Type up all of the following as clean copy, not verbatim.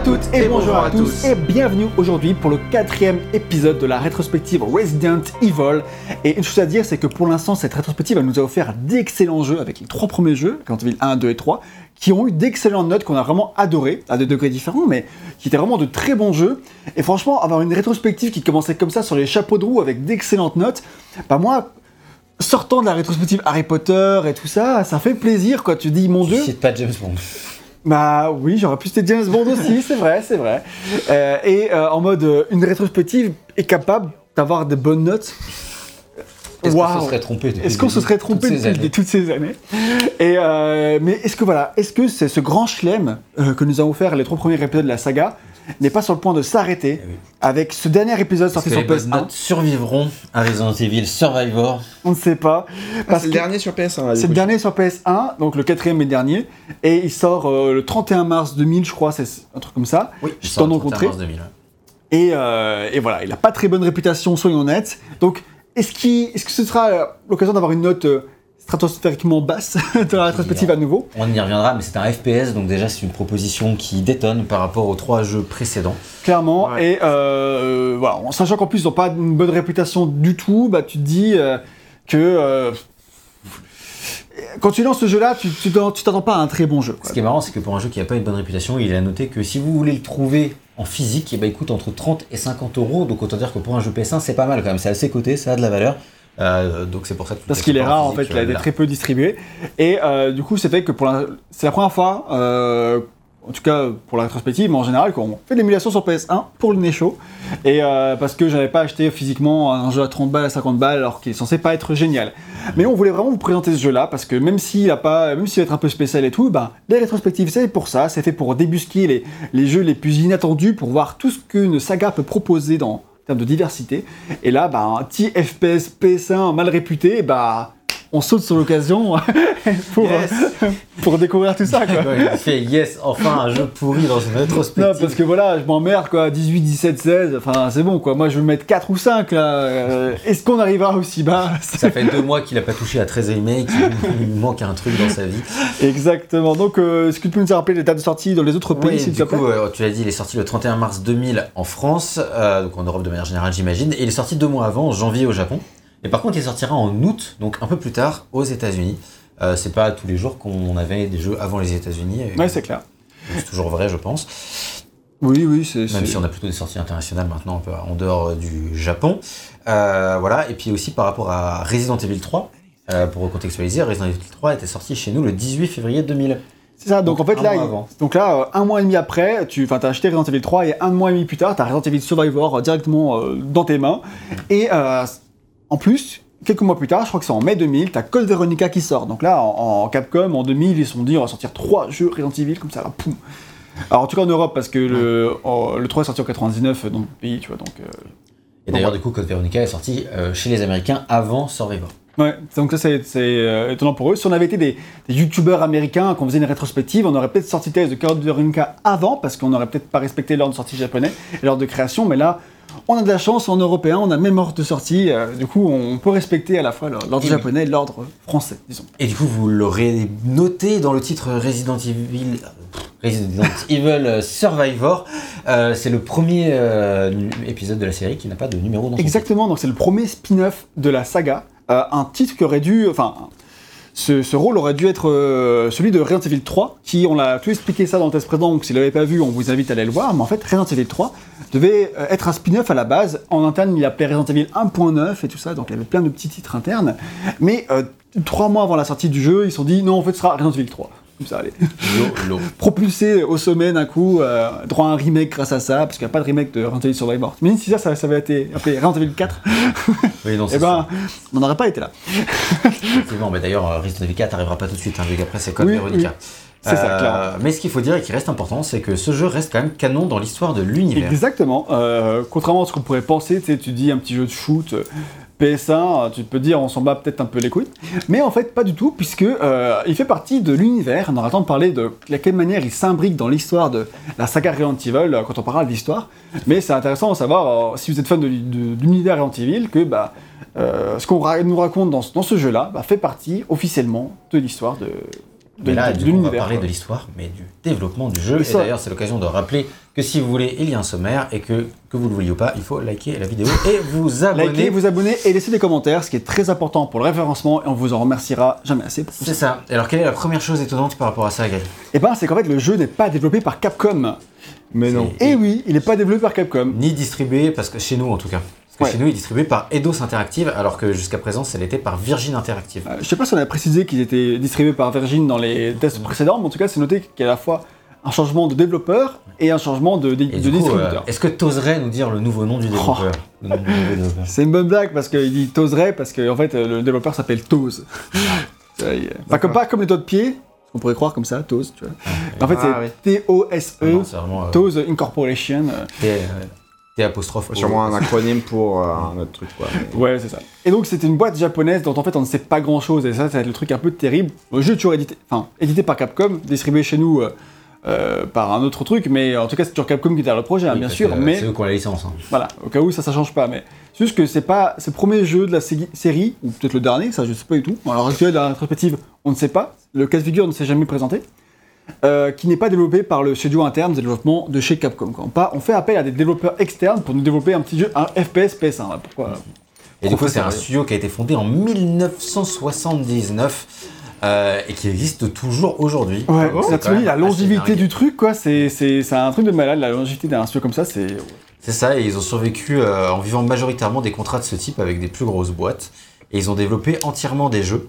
toutes et bonjour à tous et bienvenue aujourd'hui pour le 4e épisode de la rétrospective Resident Evil. Et une chose à dire, c'est que pour l'instant cette rétrospective elle nous a offert d'excellents jeux avec les 3 premiers jeux, Resident Evil 1, 2 et 3, qui ont eu d'excellentes notes qu'on a vraiment adorées, à des degrés différents, mais qui étaient vraiment de très bons jeux. Et franchement, avoir une rétrospective qui commençait comme ça sur les chapeaux de roue avec d'excellentes notes, bah moi, sortant de la rétrospective Harry Potter et tout ça, ça fait plaisir quoi, tu dis mon Dieu. Tu cites pas James Bond. Bah oui, j'aurais pu citer James Bond aussi, c'est vrai. En mode, une rétrospective est capable d'avoir de bonnes notes. Est-ce qu'on se serait trompé depuis toutes ces années mais est-ce que c'est ce grand chelem que nous avons offert les 3 premiers épisodes de la saga n'est pas sur le point de s'arrêter avec ce dernier épisode sorti sur PS1. Les bonnes notes survivront à Resident Evil Survivor. On ne sait pas. C'est le dernier sur PS1. C'est le dernier sur PS1, donc le 4e et dernier. Et il sort le 31 mars 2000, je crois, c'est un truc comme ça. Oui, il sort le 31 mars 2000. Et voilà, il n'a pas très bonne réputation, soyons honnêtes. Donc, est-ce que ce sera l'occasion d'avoir une note stratosphériquement basse de la rétrospective à nouveau? On y reviendra, mais c'est un FPS, donc déjà c'est une proposition qui détonne par rapport aux 3 jeux précédents. Clairement, ouais. Et voilà, en sachant qu'en plus ils n'ont pas une bonne réputation du tout, bah tu te dis que quand tu lances ce jeu-là, tu t'attends pas à un très bon jeu. Quoi. Ce qui est marrant, c'est que pour un jeu qui n'a pas une bonne réputation, il a noté que si vous voulez le trouver en physique, il coûte entre 30 et 50 €, donc autant dire que pour un jeu PS1, c'est pas mal quand même, c'est assez coté, ça a de la valeur. Donc c'est pour ça que parce qu'il est rare en fait, il a été très peu distribué et du coup c'est fait que c'est la première fois en tout cas pour la rétrospective mais en général qu'on fait de l'émulation sur PS1 pour le nez chaud et parce que j'avais pas acheté physiquement un jeu à 30 balles à 50 balles alors qu'il est censé pas être génial, mais on voulait vraiment vous présenter ce jeu là parce que même s'il va être un peu spécial et tout, les rétrospectives c'est pour ça, c'est fait pour débusquer les jeux les plus inattendus, pour voir tout ce qu'une saga peut proposer en termes de diversité. Et là, un petit FPS PS1 mal réputé, on saute sur l'occasion pour découvrir tout ça. Quoi. Il fait yes, enfin un jeu pourri dans une rétrospective. Non, parce que voilà, je m'emmerde quoi, 18, 17, 16, enfin c'est bon quoi, moi je veux mettre 4 ou 5 là. Est-ce qu'on arrivera aussi bas? Ça fait 2 mois qu'il a pas touché à 13 remakes, il lui manque un truc dans sa vie. Exactement, donc est-ce que tu peux nous rappeler les dates de sortie dans les autres pays s'il te plaît? Du coup, tu l'as dit, il est sorti le 31 mars 2000 en France, donc en Europe de manière générale j'imagine, et il est sorti 2 mois avant, en janvier au Japon. Et par contre, il sortira en août, donc un peu plus tard, aux États-Unis. C'est pas tous les jours qu'on avait des jeux avant les États-Unis. Ouais, c'est clair. C'est toujours vrai, je pense. Oui, Même si on a plutôt des sorties internationales maintenant, un peu en dehors du Japon. Voilà. Et puis aussi par rapport à Resident Evil 3, pour recontextualiser, Resident Evil 3 était sorti chez nous le 18 février 2000. C'est ça, donc en fait là, un mois et demi après, t'as acheté Resident Evil 3 et un mois et demi plus tard, t'as Resident Evil Survivor directement dans tes mains. Et en plus, quelques mois plus tard, je crois que c'est en mai 2000, t'as Code Veronica qui sort. Donc là, en Capcom, en 2000, ils se sont dit on va sortir 3 jeux Resident Evil comme ça, là, poum. Alors en tout cas en Europe, parce que le 3 est sorti en 99 dans le pays, tu vois, donc... Et d'ailleurs, du coup, Code Veronica est sorti chez les Américains avant Survivor. Ouais, donc ça c'est étonnant pour eux. Si on avait été des youtubeurs américains, qu'on faisait une rétrospective, on aurait peut-être sorti thèse de Code Veronica avant, parce qu'on aurait peut-être pas respecté l'ordre de sortie japonais et l'ordre de création, mais là... On a de la chance, en européen, on a même ordre de sortie, du coup on peut respecter à la fois l'ordre japonais et l'ordre français, disons. Et du coup vous l'aurez noté dans le titre Resident Evil Survivor, c'est le premier épisode de la série qui n'a pas de numéro dans son Exactement, donc c'est le premier spin-off de la saga, un titre qui aurait dû... Ce rôle aurait dû être celui de Resident Evil 3, qui, on l'a tout expliqué ça dans le test précédent, donc si vous ne l'avez pas vu, on vous invite à aller le voir, mais en fait, Resident Evil 3 devait être un spin-off à la base. En interne, il appelait Resident Evil 1.9 et tout ça, donc il y avait plein de petits titres internes, mais 3 mois avant la sortie du jeu, ils se sont dit, non, en fait, ce sera Resident Evil 3. Comme ça, allez. Propulsé au sommet d'un coup, droit à un remake grâce à ça, parce qu'il n'y a pas de remake de Resident Evil Survivor. Mais si ça avait été appelé Resident Evil 4, oui, non, on n'aurait pas été là. Effectivement, mais d'ailleurs, Resident Evil 4 n'arrivera pas tout de suite, vu qu'après c'est Code Veronica. Oui. C'est ça, clairement. Mais ce qu'il faut dire et qui reste important, c'est que ce jeu reste quand même canon dans l'histoire de l'univers. Exactement. Contrairement à ce qu'on pourrait penser, tu dis un petit jeu de shoot... PS1, tu peux dire on s'en bat peut-être un peu les couilles, mais en fait pas du tout, puisque il fait partie de l'univers. On aura le temps de parler de quelle manière il s'imbrique dans l'histoire de la saga Resident Evil quand on parlera de l'histoire, mais c'est intéressant de savoir, si vous êtes fan de l'univers Resident Evil, que ce qu'on nous raconte dans ce jeu-là fait partie officiellement de l'histoire Mais là, du coup, on va l'univers, parler quoi. de l'histoire, mais du développement du jeu. Oui, Et ça. d'ailleurs, c'est l'occasion de rappeler que si vous voulez, il y a un sommaire et que vous le vouliez ou pas, il faut liker la vidéo et vous abonner. Likez, vous abonnez et laissez des commentaires, ce qui est très important pour le référencement et on vous en remerciera jamais assez. Pour tout C'est ça. Alors, quelle est la première chose étonnante par rapport à ça, Gaël? Et ben, c'est qu'en fait, le jeu n'est pas développé par Capcom. Mais non. Et oui, il n'est pas développé par Capcom. Ni distribué, parce que chez nous en tout cas. Parce que Ouais. chez nous, il est distribué par Eidos Interactive, alors que jusqu'à présent, ça l'était par Virgin Interactive. Je sais pas si on a précisé qu'ils étaient distribués par Virgin dans les tests précédents, mais en tout cas, c'est noté qu'il y a à la fois un changement de développeur et un changement de Et du coup, distributeur. est-ce que tu oserais nous dire le nouveau nom du développeur? Le nom du nouveau développeur. C'est une bonne blague parce qu'il dit Tozeray parce que en fait le développeur s'appelle Toz. Pas comme les doigts de pied, on pourrait croire comme ça, Toz, tu vois. En fait, Ah, c'est T-O-S-E, Non, c'est vraiment Toz Incorporation. T''. Sûrement un acronyme pour un autre truc, quoi. Mais- Ouais, c'est ça. Et donc, c'était une boîte japonaise dont en fait on ne sait pas grand chose, et ça va être le truc un peu terrible. Le jeu est toujours édité par Capcom, distribué chez nous par un autre truc, mais en tout cas, c'est toujours Capcom qui est derrière le projet, hein, Oui, bien parce sûr, que, mais. C'est eux qui ont la licence. Hein. Voilà, au cas où ça change pas, mais c'est juste que c'est le premier jeu de la série, ou peut-être le dernier, ça je sais pas du tout. Alors actuel, dans la rétrospective, on ne sait pas, le cas de figure ne s'est jamais présenté, qui n'est pas développé par le studio interne de développement de chez Capcom. Quoi. On fait appel à des développeurs externes pour nous développer un petit jeu, un FPS PS1. Là. Pourquoi Et du coup, Trop c'est un sérieux. studio qui a été fondé en 1979 et qui existe toujours aujourd'hui. Ouais, Donc, ça c'est te quand dit même la assez longévité dingue. du truc, quoi, c'est un truc de malade, la longévité d'un studio comme ça, c'est... C'est ça, et ils ont survécu en vivant majoritairement des contrats de ce type avec des plus grosses boîtes. Et ils ont développé entièrement des jeux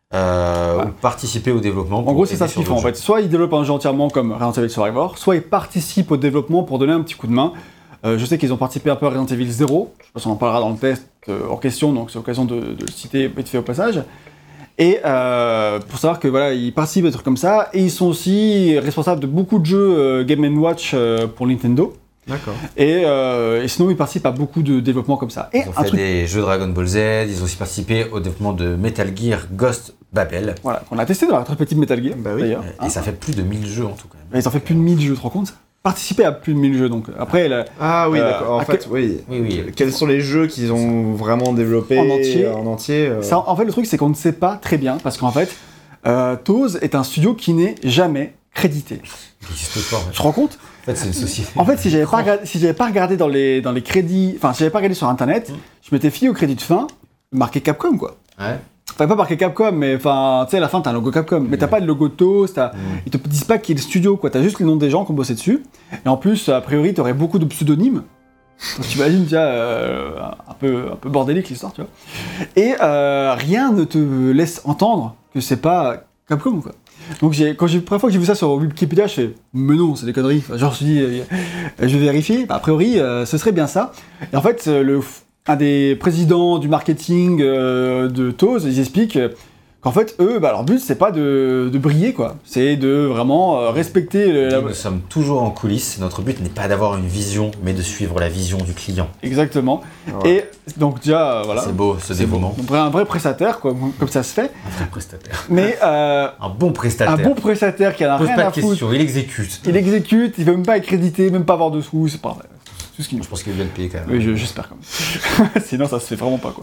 ou participé au développement. En pour gros, c'est aider ça ce sur qu'ils font en d'autres fait. Soit ils développent un jeu entièrement comme Resident Evil Survivor, soit ils participent au développement pour donner un petit coup de main. Je sais qu'ils ont participé un peu à Resident Evil 0, je pense qu'on en parlera dans le test en question, donc c'est l'occasion de le citer vite fait au passage. Et pour savoir que voilà, ils participent à des trucs comme ça, et ils sont aussi responsables de beaucoup de jeux Game & Watch pour Nintendo. D'accord. Et sinon, ils participent à beaucoup de développements comme ça. Et Ils ont un fait truc, des jeux Dragon Ball Z, ils ont aussi participé au développement de Metal Gear Ghost Babel. voilà, qu'on a testé dans la très petite Metal Gear, Bah oui. d'ailleurs. Et ça fait plus de 1000 jeux en tout cas. Ils ont fait plus de 1000 jeux, tu te rends compte? Participer à plus de 1000 jeux, donc après, Ah oui, d'accord. En à fait, oui. Oui. Quels sont les jeux qu'ils ont vraiment développés En entier. euh, en fait, le truc, c'est qu'on ne sait pas très bien, parce qu'en fait, Toz est un studio qui n'est jamais crédité. Il n'existe pas en fait. Tu te rends compte? En fait, c'est une société. En fait, si j'avais pas regardé dans les crédits, enfin, si j'avais pas regardé sur internet, je m'étais fié au crédit de fin, marqué Capcom, quoi. Ouais. Enfin, pas marqué Capcom, mais enfin, tu sais, à la fin, t'as un logo Capcom, mais t'as pas de logo Toz, ils te disent pas qui est le studio, quoi. T'as juste les noms des gens qui ont bossé dessus. Et en plus, a priori, t'aurais beaucoup de pseudonymes. Donc t'imagines, tu vois, un peu bordélique l'histoire, tu vois. Et rien ne te laisse entendre que c'est pas Capcom, quoi. Donc la première fois que j'ai vu ça sur Wikipédia, je fais mais non, c'est des conneries. Enfin, genre, je me suis dit, je vais vérifier. Bah, a priori, ce serait bien ça. Et en fait, un des présidents du marketing de Toz, ils expliquent qu'en fait, eux, bah, leur but, c'est pas de briller, quoi. C'est de vraiment respecter Nous sommes toujours en coulisses. Notre but n'est pas d'avoir une vision, mais de suivre la vision du client. Exactement. Ouais. Et donc déjà, voilà. C'est beau ce C'est dévouement. bon. Un vrai prestataire, quoi, comme ça se fait. Un vrai prestataire. Mais Un bon prestataire. un bon prestataire qui en a Pose rien pas à de foutre. questions, il exécute. Il exécute, il veut même pas être crédité, même pas avoir de sous, c'est pas vrai. C'est tout ce qu'il nous Je pense qu'il vient de payer quand même. Oui, j'espère quand même. Sinon, ça se fait vraiment pas, quoi.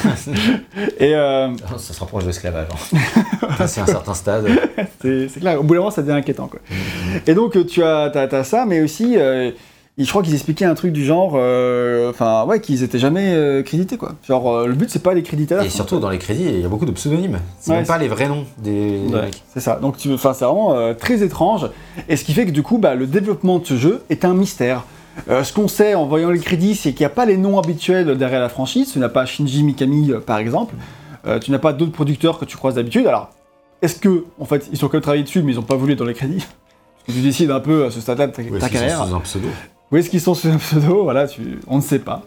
Et Ça se rapproche de l'esclavage. Hein. C'est un certain stade. c'est clair, au bout d'un moment, ça devient inquiétant, quoi. Et donc, t'as ça, mais aussi, je crois qu'ils expliquaient un truc du genre, qu'ils étaient jamais crédités, quoi. Genre, le but, c'est pas les créditer à la Et fin, surtout, quoi. dans les crédits, il y a beaucoup de pseudonymes. C'est Ouais, même pas les vrais noms des Ouais, mecs. c'est ça. Donc, c'est vraiment très étrange. Et ce qui fait que, du coup, le développement de ce jeu est un mystère. Ce qu'on sait en voyant les crédits, c'est qu'il n'y a pas les noms habituels derrière la franchise. Tu n'as pas Shinji Mikami, par exemple. Tu n'as pas d'autres producteurs que tu croises d'habitude. Alors, est-ce que, en fait, ils ont quand même travaillé dessus, mais ils n'ont pas voulu être dans les crédits? Parce que tu décides un peu à ce stade-là de ta Ouais, ta s'ils sont carrière. sous un pseudo. Où est-ce qu'ils sont sous un pseudo? Voilà, on ne sait pas.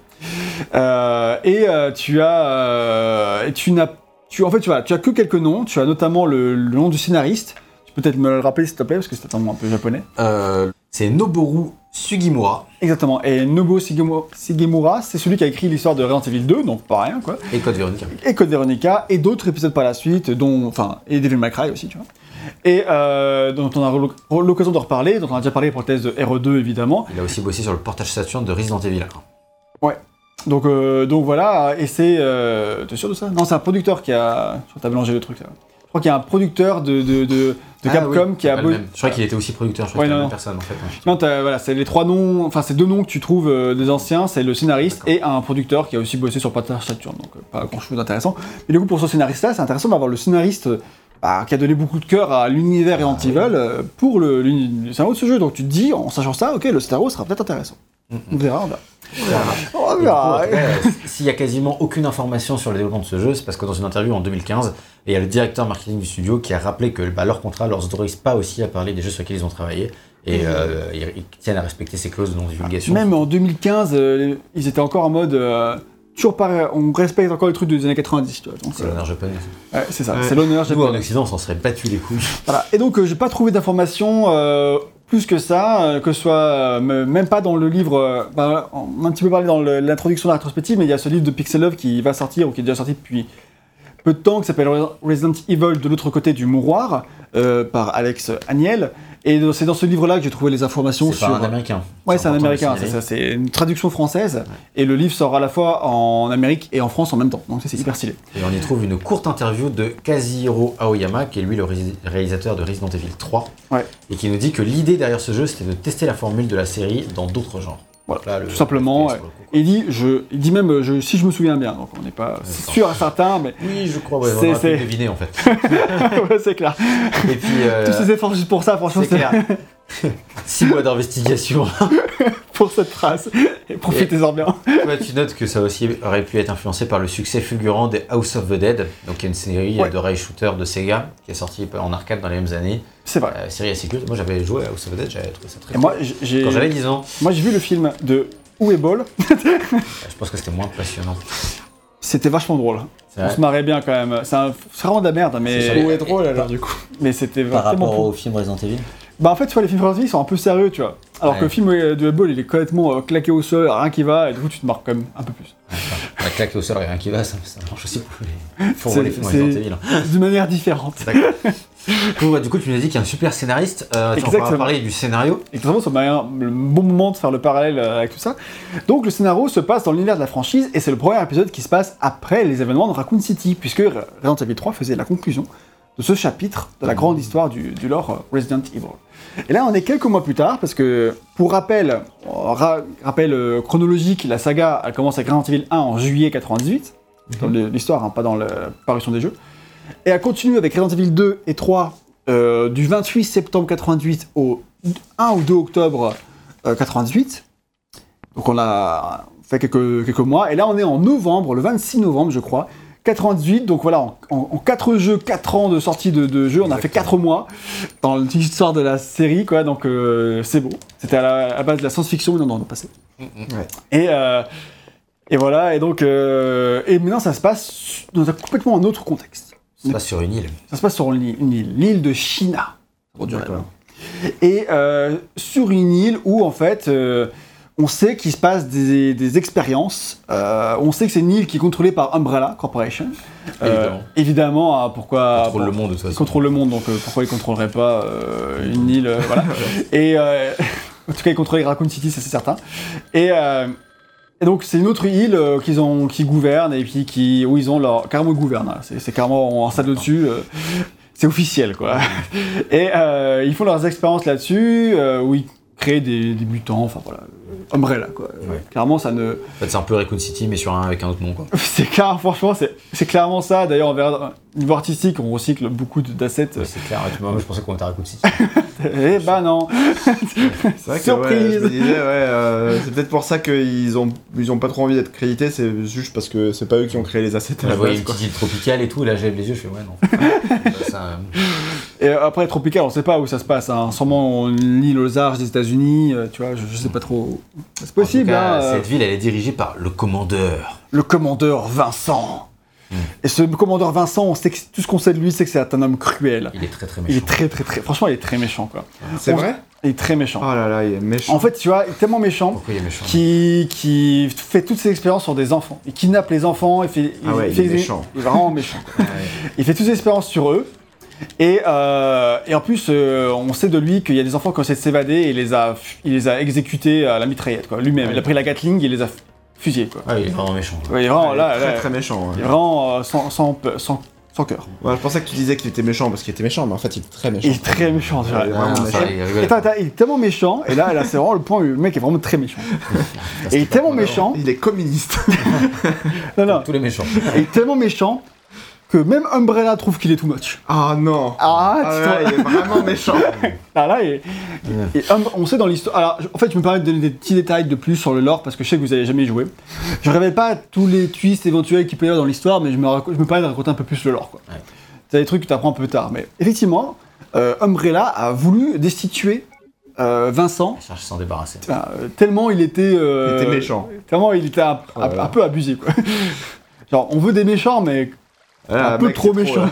Tu as que quelques noms. Tu as notamment le nom du scénariste. Tu peux peut-être me le rappeler, s'il te plaît, parce que c'est un nom un peu japonais. C'est Noboru Sugimura Exactement. Et Nobuo Shigemura, c'est celui qui a écrit l'histoire de Resident Evil 2, donc pas rien, quoi. et Code Veronica. Et Code Veronica, et d'autres épisodes par la suite, et Devil May Cry aussi, tu vois. Et dont on a l'occasion de reparler, dont on a déjà parlé pour le test de RE2, évidemment. Il a aussi bossé sur le portage Saturn de Resident Evil 1. Donc voilà, et c'est... T'es sûr de ça? Non, c'est un producteur qui a... Je crois que t'as mélangé le truc, là. Je crois crois qu'il y a un producteur de Capcom qui a bossé. Je crois qu'il était aussi producteur, je crois que c'est la même personne en fait. Non, voilà, c'est les 3 noms, enfin c'est 2 noms que tu trouves des anciens, c'est le scénariste et un producteur qui a aussi bossé sur Pathfinder Saturn, donc pas grand chose d'intéressant. Mais du coup pour ce scénariste-là, c'est intéressant d'avoir le scénariste qui a donné beaucoup de cœur à l'univers Resident Evil pour le scénario de ce jeu. Donc tu te dis, en sachant ça, ok, le scénario sera peut-être intéressant. On verra. On verra. S'il y a quasiment aucune information sur le développement de ce jeu, c'est parce que dans une interview en 2015, il y a le directeur marketing du studio qui a rappelé que leur contrat leur autorise pas aussi à parler des jeux sur lesquels ils ont travaillé. Et ils tiennent à respecter ces clauses de non-divulgation. Même en 2015, ils étaient encore en mode... toujours pareil, on respecte encore les trucs des années 90, tu vois. C'est l'honneur japonais. Ouais, c'est ça, c'est l'honneur japonais. Nous, en Occident, on s'en serait battu les couilles. Voilà. Et donc, j'ai pas trouvé d'informations plus que ça, que ce soit même pas dans le livre. On a un petit peu parlé dans l'introduction de la rétrospective, mais il y a ce livre de Pixel Love qui va sortir, ou qui est déjà sorti depuis peu de temps, qui s'appelle Resident Evil de l'autre côté du mouroir, par Alex Aniel. Et c'est dans ce livre-là que j'ai trouvé les informations sur... C'est un américain. Ouais, c'est un américain, c'est ça. C'est une traduction française. Ouais. Et le livre sort à la fois en Amérique et en France en même temps. Donc c'est hyper stylé. Et on y trouve une courte interview de Kazuhiro Aoyama, qui est lui le réalisateur de Resident Evil 3. Ouais. Et qui nous dit que l'idée derrière ce jeu, c'était de tester la formule de la série dans d'autres genres. Voilà, là, tout simplement. Ouais. Et il dit même, si je me souviens bien, donc on n'est pas sûr à certains, mais... Oui, je crois, on aurait pu deviner en fait. Ouais, c'est clair. Et puis... tous ces efforts juste pour ça, franchement, c'est clair. 6 mois d'investigation. Pour cette phrase. Et profitez-en bien. Ouais, tu notes que ça aussi aurait pu être influencé par le succès fulgurant des House of the Dead, donc il y a une série de rail shooter de Sega qui est sortie en arcade dans les mêmes années. C'est vrai. Série assez culte. Moi j'avais joué à House of the Dead, j'avais trouvé ça très cool. Moi, quand j'avais 10 ans. Moi j'ai vu le film de Où est Ball. Je pense que c'était moins passionnant. C'était vachement drôle. On se marrait bien quand même. C'est vraiment de la merde, mais... Où est drôle alors du coup. Mais c'était par rapport au film Resident Evil. Bah en fait, tu vois, les films Resident Evil sont un peu sérieux, tu vois. Alors que le film de Ball, il est complètement claqué au sol, rien qui va, et du coup, tu te marques quand même un peu plus. Claqué au sol, rien qui va, ça marche aussi pour les films Resident Evil. D'une manière différente. D'accord. Du coup, tu nous as dit qu'il y a un super scénariste. Tu vas parler du scénario. Exactement, ça m'a le bon moment de faire le parallèle avec tout ça. Donc, le scénario se passe dans l'univers de la franchise, et c'est le premier épisode qui se passe après les événements de Raccoon City, puisque Resident Evil 3 faisait la conclusion de ce chapitre de la grande histoire du lore Resident Evil. Et là, on est quelques mois plus tard, parce que, pour rappel chronologique, la saga elle commence avec Resident Evil 1 en juillet 98, dans l'histoire, pas dans la parution des jeux, et elle continue avec Resident Evil 2 et 3 du 28 septembre 98 au 1 ou 2 octobre 98. Donc on a fait quelques mois, et là on est en novembre, le 26 novembre je crois, 98, donc voilà, en 4 jeux, 4 ans de sortie de jeux, on a fait 4 mois dans l'histoire de la série, quoi, donc c'est beau. C'était à la base de la science-fiction, mais non, passé. Ouais. Et voilà, et donc, et maintenant ça se passe dans complètement un autre contexte. Ça se passe sur une île. Ça se passe sur une île, l'île de China. Et sur une île où, en fait... on sait qu'il se passe des expériences. On sait que c'est une île qui est contrôlée par Umbrella Corporation. Évidemment, pourquoi... Ils contrôlent le monde, de toute façon. Ils contrôlent le monde, donc pourquoi ils ne contrôleraient pas une île voilà. Et en tout cas, ils contrôlent Raccoon City, ça c'est certain. Et donc, c'est une autre île qui gouverne, et puis où ils ont leur... Carrément, ils gouvernent. Hein. C'est carrément en salle au-dessus. C'est officiel, quoi. Et ils font leurs expériences là-dessus, où ils créent des mutants, enfin voilà... Umbrella, quoi. Ouais. Clairement, ça ne... En fait, c'est un peu Raccoon City, mais sur avec un autre nom, quoi. C'est clair, franchement, c'est clairement ça. D'ailleurs, on verra, niveau artistique, on recycle beaucoup d'assets. Ouais, c'est clair, moi, je pensais qu'on était à Raccoon City. Eh ben non. C'est vrai que, surprise. Je me disais, c'est peut-être pour ça qu'ils ont pas trop envie d'être crédités, c'est juste parce que c'est pas eux qui ont créé les assets. Je voyais une petite île tropicale et tout, et là, j'avais les yeux, je fais, ouais, non. Et après, tropical, on sait pas où ça se passe, hein. Sûrement une île aux larges des États-Unis, tu vois, je sais pas trop. C'est possible, en tout cas, hein. Cette ville, elle est dirigée par le commandeur. Le commandeur Vincent. Et ce commandeur Vincent, on sait que tout ce qu'on sait de lui, c'est que c'est un homme cruel. Il est très méchant. Il est très... Franchement, il est très méchant, quoi. C'est vrai ? Il est très méchant. Oh là là, il est méchant. En fait, tu vois, il est tellement méchant, pourquoi il est méchant qui fait toutes ses expériences sur des enfants. Il kidnappe les enfants, il est méchant. Il est vraiment méchant. Ouais. Il fait toutes ses expériences sur eux. Et en plus, on sait de lui qu'il y a des enfants qui ont essayé de s'évader et il les a exécutés à la mitraillette, quoi. Lui-même. Ouais. Il a pris la Gatling et il les a fusillés, quoi. Ouais, il est vraiment méchant. Ouais, il est vraiment, très méchant. Ouais. Il est vraiment sans sans cœur. Ouais, je pensais que tu disais qu'il était méchant parce qu'il était méchant, mais en fait il est très méchant. Il est très méchant, Ouais, vraiment méchant. Il est tellement méchant, et là c'est vraiment le point où le mec est vraiment très méchant. Et il est tellement méchant. Il est communiste. Tous les méchants. Il est tellement méchant que même Umbrella trouve qu'il est too much. Ah non. Il est vraiment méchant. Là, on sait dans l'histoire. Alors, en fait, je me permets de donner des petits détails de plus sur le lore parce que je sais que vous n'avez jamais joué. Je ne révèle pas tous les twists éventuels qu'il peut y avoir dans l'histoire, mais je me permets de raconter un peu plus le lore, quoi. Ouais. C'est des trucs que tu apprends un peu tard. Mais effectivement, Umbrella a voulu destituer Vincent. Il cherche à s'en débarrasser. Tellement il était. Il était méchant. Tellement il était un peu abusé, quoi. Genre, on veut des méchants, mais. Un peu trop méchant.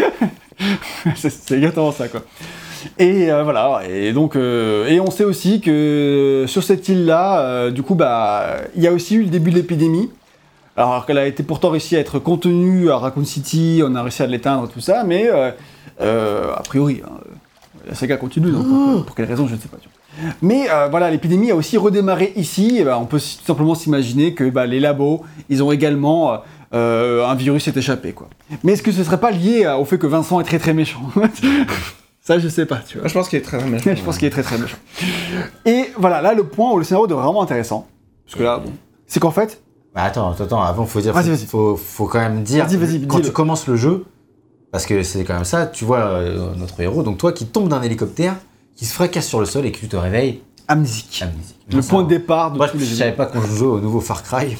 C'est exactement ça, quoi. Et voilà, et donc et on sait aussi que sur cette île-là, du coup, il y a aussi eu le début de l'épidémie. Alors qu'elle a été pourtant réussi à être contenue à Raccoon City, on a réussi à l'éteindre, tout ça, mais a priori, la saga continue, donc pour quelle raison, je ne sais pas. Mais voilà, l'épidémie a aussi redémarré ici, et on peut tout simplement s'imaginer que les labos, ils ont également... un virus est échappé, quoi. Mais est-ce que ce serait pas lié au fait que Vincent est très très méchant? Ça, je sais pas, tu vois. Je pense qu'il est très très méchant. Je pense qu'il est très très méchant. Et voilà, là, le point où le scénario devient vraiment intéressant, parce que là, c'est qu'en fait... Attends, avant, faut dire... Vas-y. Faut quand même dire... Vas-y, quand tu commences le jeu, parce que c'est quand même ça, tu vois notre héros, donc toi qui tombes d'un hélicoptère, qui se fracasse sur le sol et que tu te réveilles... Amnésique. Le point de départ de tous les jeux. Je savais pas qu'on jouait au nouveau Far Cry.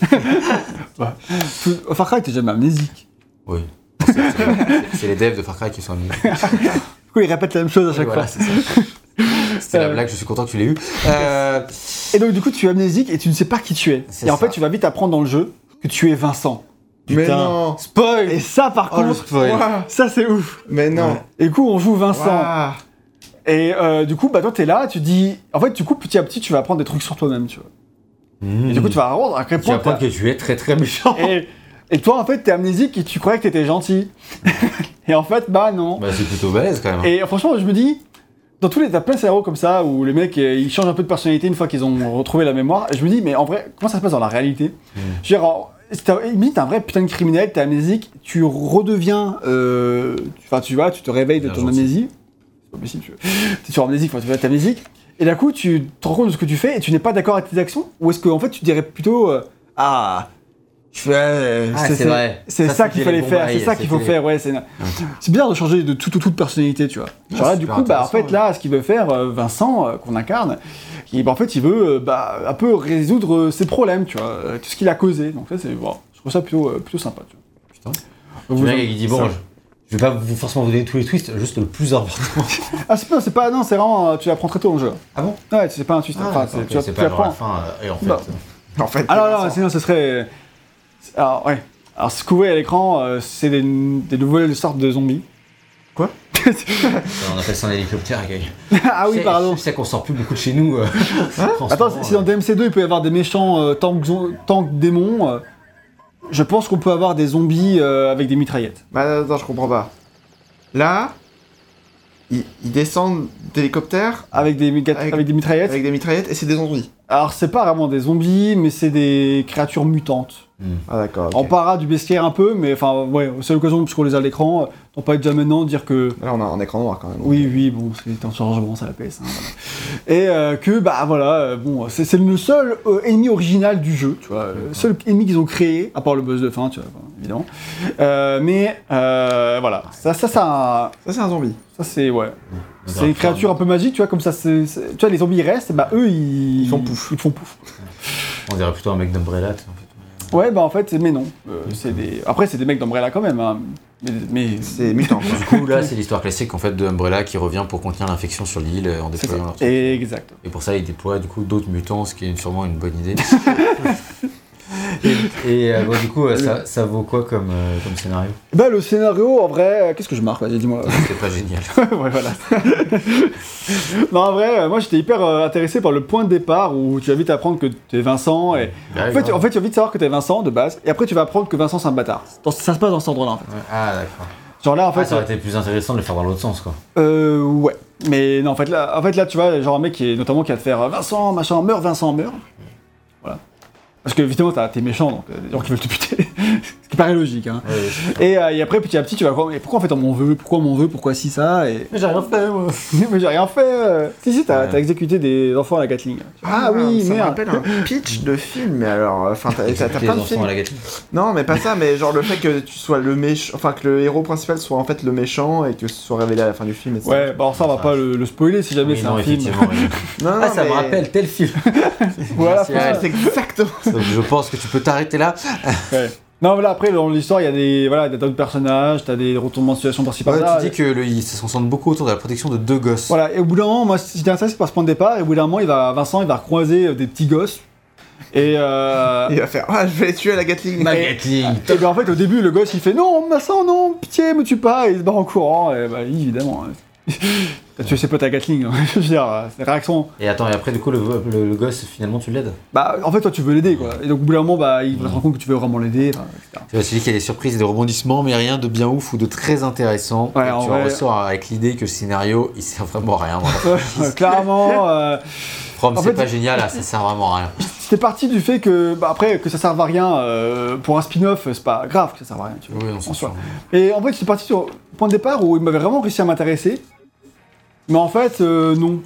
Far Cry, t'es jamais amnésique. Oui. C'est les devs de Far Cry qui sont amnésiques. Du coup, ils répètent la même chose à chaque fois. C'est ça. C'était la blague, je suis content que tu l'aies eu. Et donc, du coup, tu es amnésique et tu ne sais pas qui tu es. Et en fait, tu vas vite apprendre dans le jeu que tu es Vincent. Putain. Mais non. Spoil. Et ça, par contre, ça, c'est ouf. Mais non. Ouais. Et du coup, on joue Vincent. Wow. Et du coup, toi, t'es là, tu dis... En fait, du coup, petit à petit, tu vas apprendre des trucs sur toi-même, tu vois. Et du coup, tu vas apprendre à quel point... Tu vas apprendre que tu es très très méchant. Et toi, en fait, t'es amnésique et tu croyais que t'étais gentil. Et en fait, non. C'est plutôt balèze, quand même. Et franchement, je me dis... T'as plein de scénarios comme ça, où les mecs, ils changent un peu de personnalité une fois qu'ils ont retrouvé la mémoire. Et je me dis, mais en vrai, comment ça se passe dans la réalité? Je veux dire, t'es un vrai putain de criminel, t'es amnésique, tu redeviens... tu te réveilles de ton amnésie. C'est pas possible, t'es sur amnésique, t'es amnésique, et d'un coup tu te rends compte de ce que tu fais et tu n'es pas d'accord avec tes actions, ou est-ce que en fait tu dirais plutôt c'est vrai, c'est ça qu'il fallait faire, c'est ça qu'il faut faire, c'est bizarre de changer de toute personnalité, tu vois. Genre là, du coup, en fait là, ce qu'il veut faire Vincent qu'on incarne, en fait il veut un peu résoudre ses problèmes, tu vois, tout ce qu'il a causé, donc ça je trouve ça plutôt sympa, tu vois. Putain. Tu vois, il dit je vais pas forcément vous donner tous les twists, juste le plus important. C'est vraiment, tu l'apprends très tôt dans le jeu. Ah bon? Ouais, c'est pas un twist. C'est pas genre la fin, et en fait... Alors sinon ce serait... Alors, ouais. Alors, ce que vous voyez à l'écran, c'est des nouvelles sortes de zombies. Quoi? On appelle ça un hélicoptère, gars. Ah oui, pardon. Je sais qu'on sort plus beaucoup de chez nous. Attends, si dans DMC2, il peut y avoir des méchants tanks démons... je pense qu'on peut avoir des zombies avec des mitraillettes. Attends, je comprends pas. Là, ils descendent d'hélicoptères avec des mitraillettes. Avec des mitraillettes, et c'est des zombies. Alors, c'est pas vraiment des zombies, mais c'est des créatures mutantes. Ah d'accord. Okay. On parlera du bestiaire un peu, mais c'est l'occasion, puisqu'on les a à l'écran, on peut déjà maintenant dire que... Là, on a un écran noir quand même. Oui, bon, c'est un chargement, ça la PS. Et c'est le seul ennemi original du jeu, tu vois, le seul ennemi qu'ils ont créé, à part le boss de fin, tu vois, évidemment. Voilà, ça c'est un zombie. Ça c'est, c'est une créature un peu magique, tu vois, comme ça, tu vois, les zombies restent, eux, ils font pouf. Ils font pouf. On dirait plutôt un mec d'Umbrella, en fait. Ouais, en fait, mais non. Après, c'est des mecs d'Umbrella quand même, hein. Mais c'est mutant. Du coup, là, c'est l'histoire classique en fait de Umbrella qui revient pour contenir l'infection sur l'île en déployant leur truc. Exact. Et pour ça, il déploie du coup d'autres mutants, ce qui est sûrement une bonne idée. Du coup, ça vaut quoi comme scénario? Le scénario, en vrai, qu'est-ce que je marque? Vas-y, dis-moi. C'est pas génial. Ouais, voilà. Non, en vrai, moi j'étais hyper intéressé par le point de départ où tu vas vite apprendre que t'es Vincent. Et... En fait, tu vas vite savoir que t'es Vincent de base, et après tu vas apprendre que Vincent c'est un bâtard. Ça se passe dans cet endroit-là en fait. Ah, d'accord. Genre là, en fait. Ça aurait été plus intéressant de le faire dans l'autre sens, quoi. Ouais. Mais non, en fait, là, tu vois, genre un mec qui va te faire Vincent, machin, Vincent, meurt. Voilà. Parce que évidemment, t'es méchant, donc des gens qui veulent te buter. Ce qui paraît logique. Hein. Ouais, Et après, petit à petit, tu vas voir, mais pourquoi en fait on m'en veut, pourquoi si ça et... Mais j'ai rien fait, moi. Mais j'ai rien fait. Si, t'as exécuté des enfants à la Gatling. Ah oui, ça me merde. rappelle un pitch de film, mais alors, enfin, t'as plein de films. À la Gatling. Non, mais pas ça, mais genre le fait que tu sois le méchant, enfin que le héros principal soit en fait le méchant et que ce soit révélé à la fin du film. Etc. Ouais, bah alors ça on va pas le spoiler si jamais Oui, c'est non, un film. effectivement, oui. Non, Ah, ça mais- me rappelle tel film. Voilà, Merci, faut- Alex. C'est exactement. Donc, je pense que tu peux t'arrêter là. ouais. Non, voilà, après dans l'histoire, il y a des d'autres personnages, t'as des retournements de situation par-ci Ouais, par-là. tu dis que il se concentre beaucoup autour de la protection de deux gosses. Voilà, et au bout d'un moment, moi j'étais intéressé par ce point de départ, et au bout d'un moment, Vincent il va croiser des petits gosses. Et Il va faire je vais les tuer à la Gatling. Ma Gatling. Et ben en fait au début le gosse il fait non Vincent non pitié me tue pas et il se barre en courant et bah évidemment t'as tué ses potes à Gatling hein. Je veux dire c'est réaction Et attends, et après, du coup, le gosse, finalement, tu l'aides. bah en fait toi tu veux l'aider quoi et donc au bout d'un moment bah il va se rendre compte que tu veux vraiment l'aider etc. Tu vois, celui qui a des surprises et des rebondissements, mais rien de bien ouf ou de très intéressant. Ouais, Et en tu vrai- ressors avec l'idée que le scénario, il sert vraiment à rien. Voilà. Clairement From, En c'est fait, pas génial, là, ça sert vraiment à rien. c'était parti du fait que bah, après que ça serve à rien pour un spin-off c'est pas grave que ça serve à rien tu vois Oui, on en s'en soi. sort. Et en fait j'étais parti sur le point de départ où il m'avait vraiment réussi à m'intéresser mais en fait non.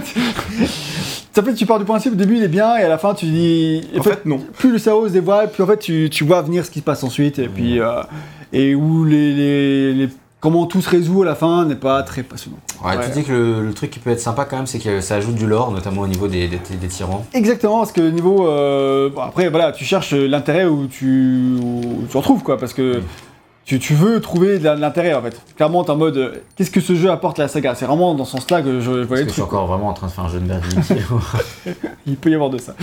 En fait, tu pars du principe, au début il est bien, et à la fin tu dis. En fait, non. Plus le cerveau se dévoile, plus en fait tu vois venir ce qui se passe ensuite, et puis. Et où comment tout se résout à la fin n'est pas très passionnant. Ouais, Ouais. tu dis que le truc qui peut être sympa quand même, c'est que ça ajoute du lore, notamment au niveau des tyrans. Exactement, parce que niveau. Bon, après, voilà, tu cherches l'intérêt où tu en trouves, quoi, parce que. Tu veux trouver de l'intérêt en fait. Clairement, t'es en mode qu'est-ce que ce jeu apporte à la saga. C'est vraiment dans ce sens-là que je voyais Parce le que je suis truc. encore vraiment en train de faire un jeu de merde. Il peut y avoir de ça.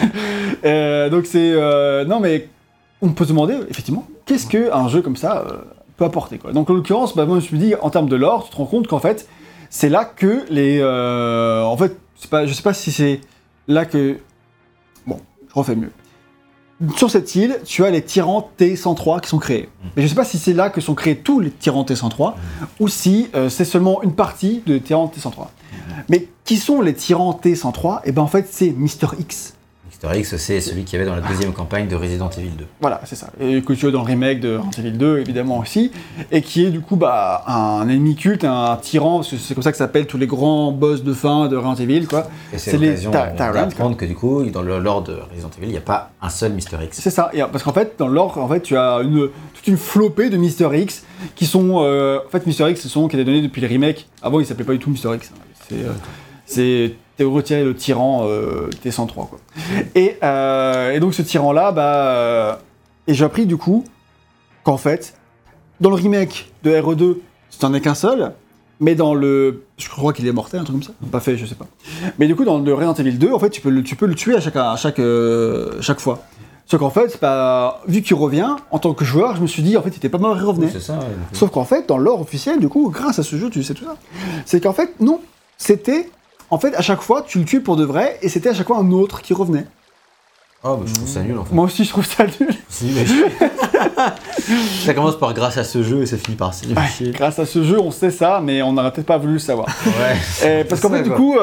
Donc c'est non mais on peut se demander effectivement qu'est-ce que un jeu comme ça peut apporter quoi. Donc en l'occurrence, bah, moi je me suis dit en termes de lore, tu te rends compte qu'en fait c'est là que les en fait je sais pas si c'est là que bon je refais mieux. Sur cette île, tu as les tyrans T103 qui sont créés. Mais je sais pas si c'est là que sont créés tous les tyrans T103 ou si c'est seulement une partie de tyrans T103. Mais qui sont les tyrans T103 Et ben en fait c'est Mr. X. Mr. X, c'est celui qu'il y avait dans la deuxième campagne de Resident Evil 2. Voilà, c'est ça. Et que tu as dans le remake de Resident Evil 2 évidemment aussi. Et qui est du coup bah, un ennemi culte, un tyran, parce que c'est comme ça que s'appellent tous les grands boss de fin de Resident Evil quoi. Et C'est c'est les l'occasion Tyrants, d'apprendre que du coup, dans le lore de Resident Evil, il n'y a pas un seul Mr. X. C'est ça, et, parce qu'en fait, dans le lore, en fait, tu as toute une flopée de Mr. X qui sont. En fait, Mr. X, c'est son nom qui a été donné depuis le remake. Avant, il s'appelait pas du tout Mr. X. C'est retiré le tyran T103, quoi. Et donc, ce tyran-là, et j'ai appris du coup qu'en fait, dans le remake de RE2, c'en est qu'un seul. Mais dans le... Je crois qu'il est mortel, un truc comme ça. Pas fait, je sais pas. Mais du coup, dans le Resident Evil 2, en fait, tu peux le tuer à chaque fois. Sauf qu'en fait, vu qu'il revient, en tant que joueur, je me suis dit, en fait, il était pas mort, il revenait. Oui, c'est ça. Ouais. Sauf qu'en fait, dans l'or officiel, du coup, grâce à ce jeu, tu sais tout ça. C'est qu'en fait, non. C'était... En fait, à chaque fois, tu le tuais pour de vrai, et c'était à chaque fois un autre qui revenait. Oh, bah, je trouve ça nul en fait. Moi aussi, je trouve ça nul. C'est nul à chier. Ça commence par grâce à ce jeu et ça finit par c'est nul à chier. Grâce à ce jeu, on sait ça, mais on n'aurait peut-être pas voulu le savoir. Ouais. Parce qu'en fait, du coup,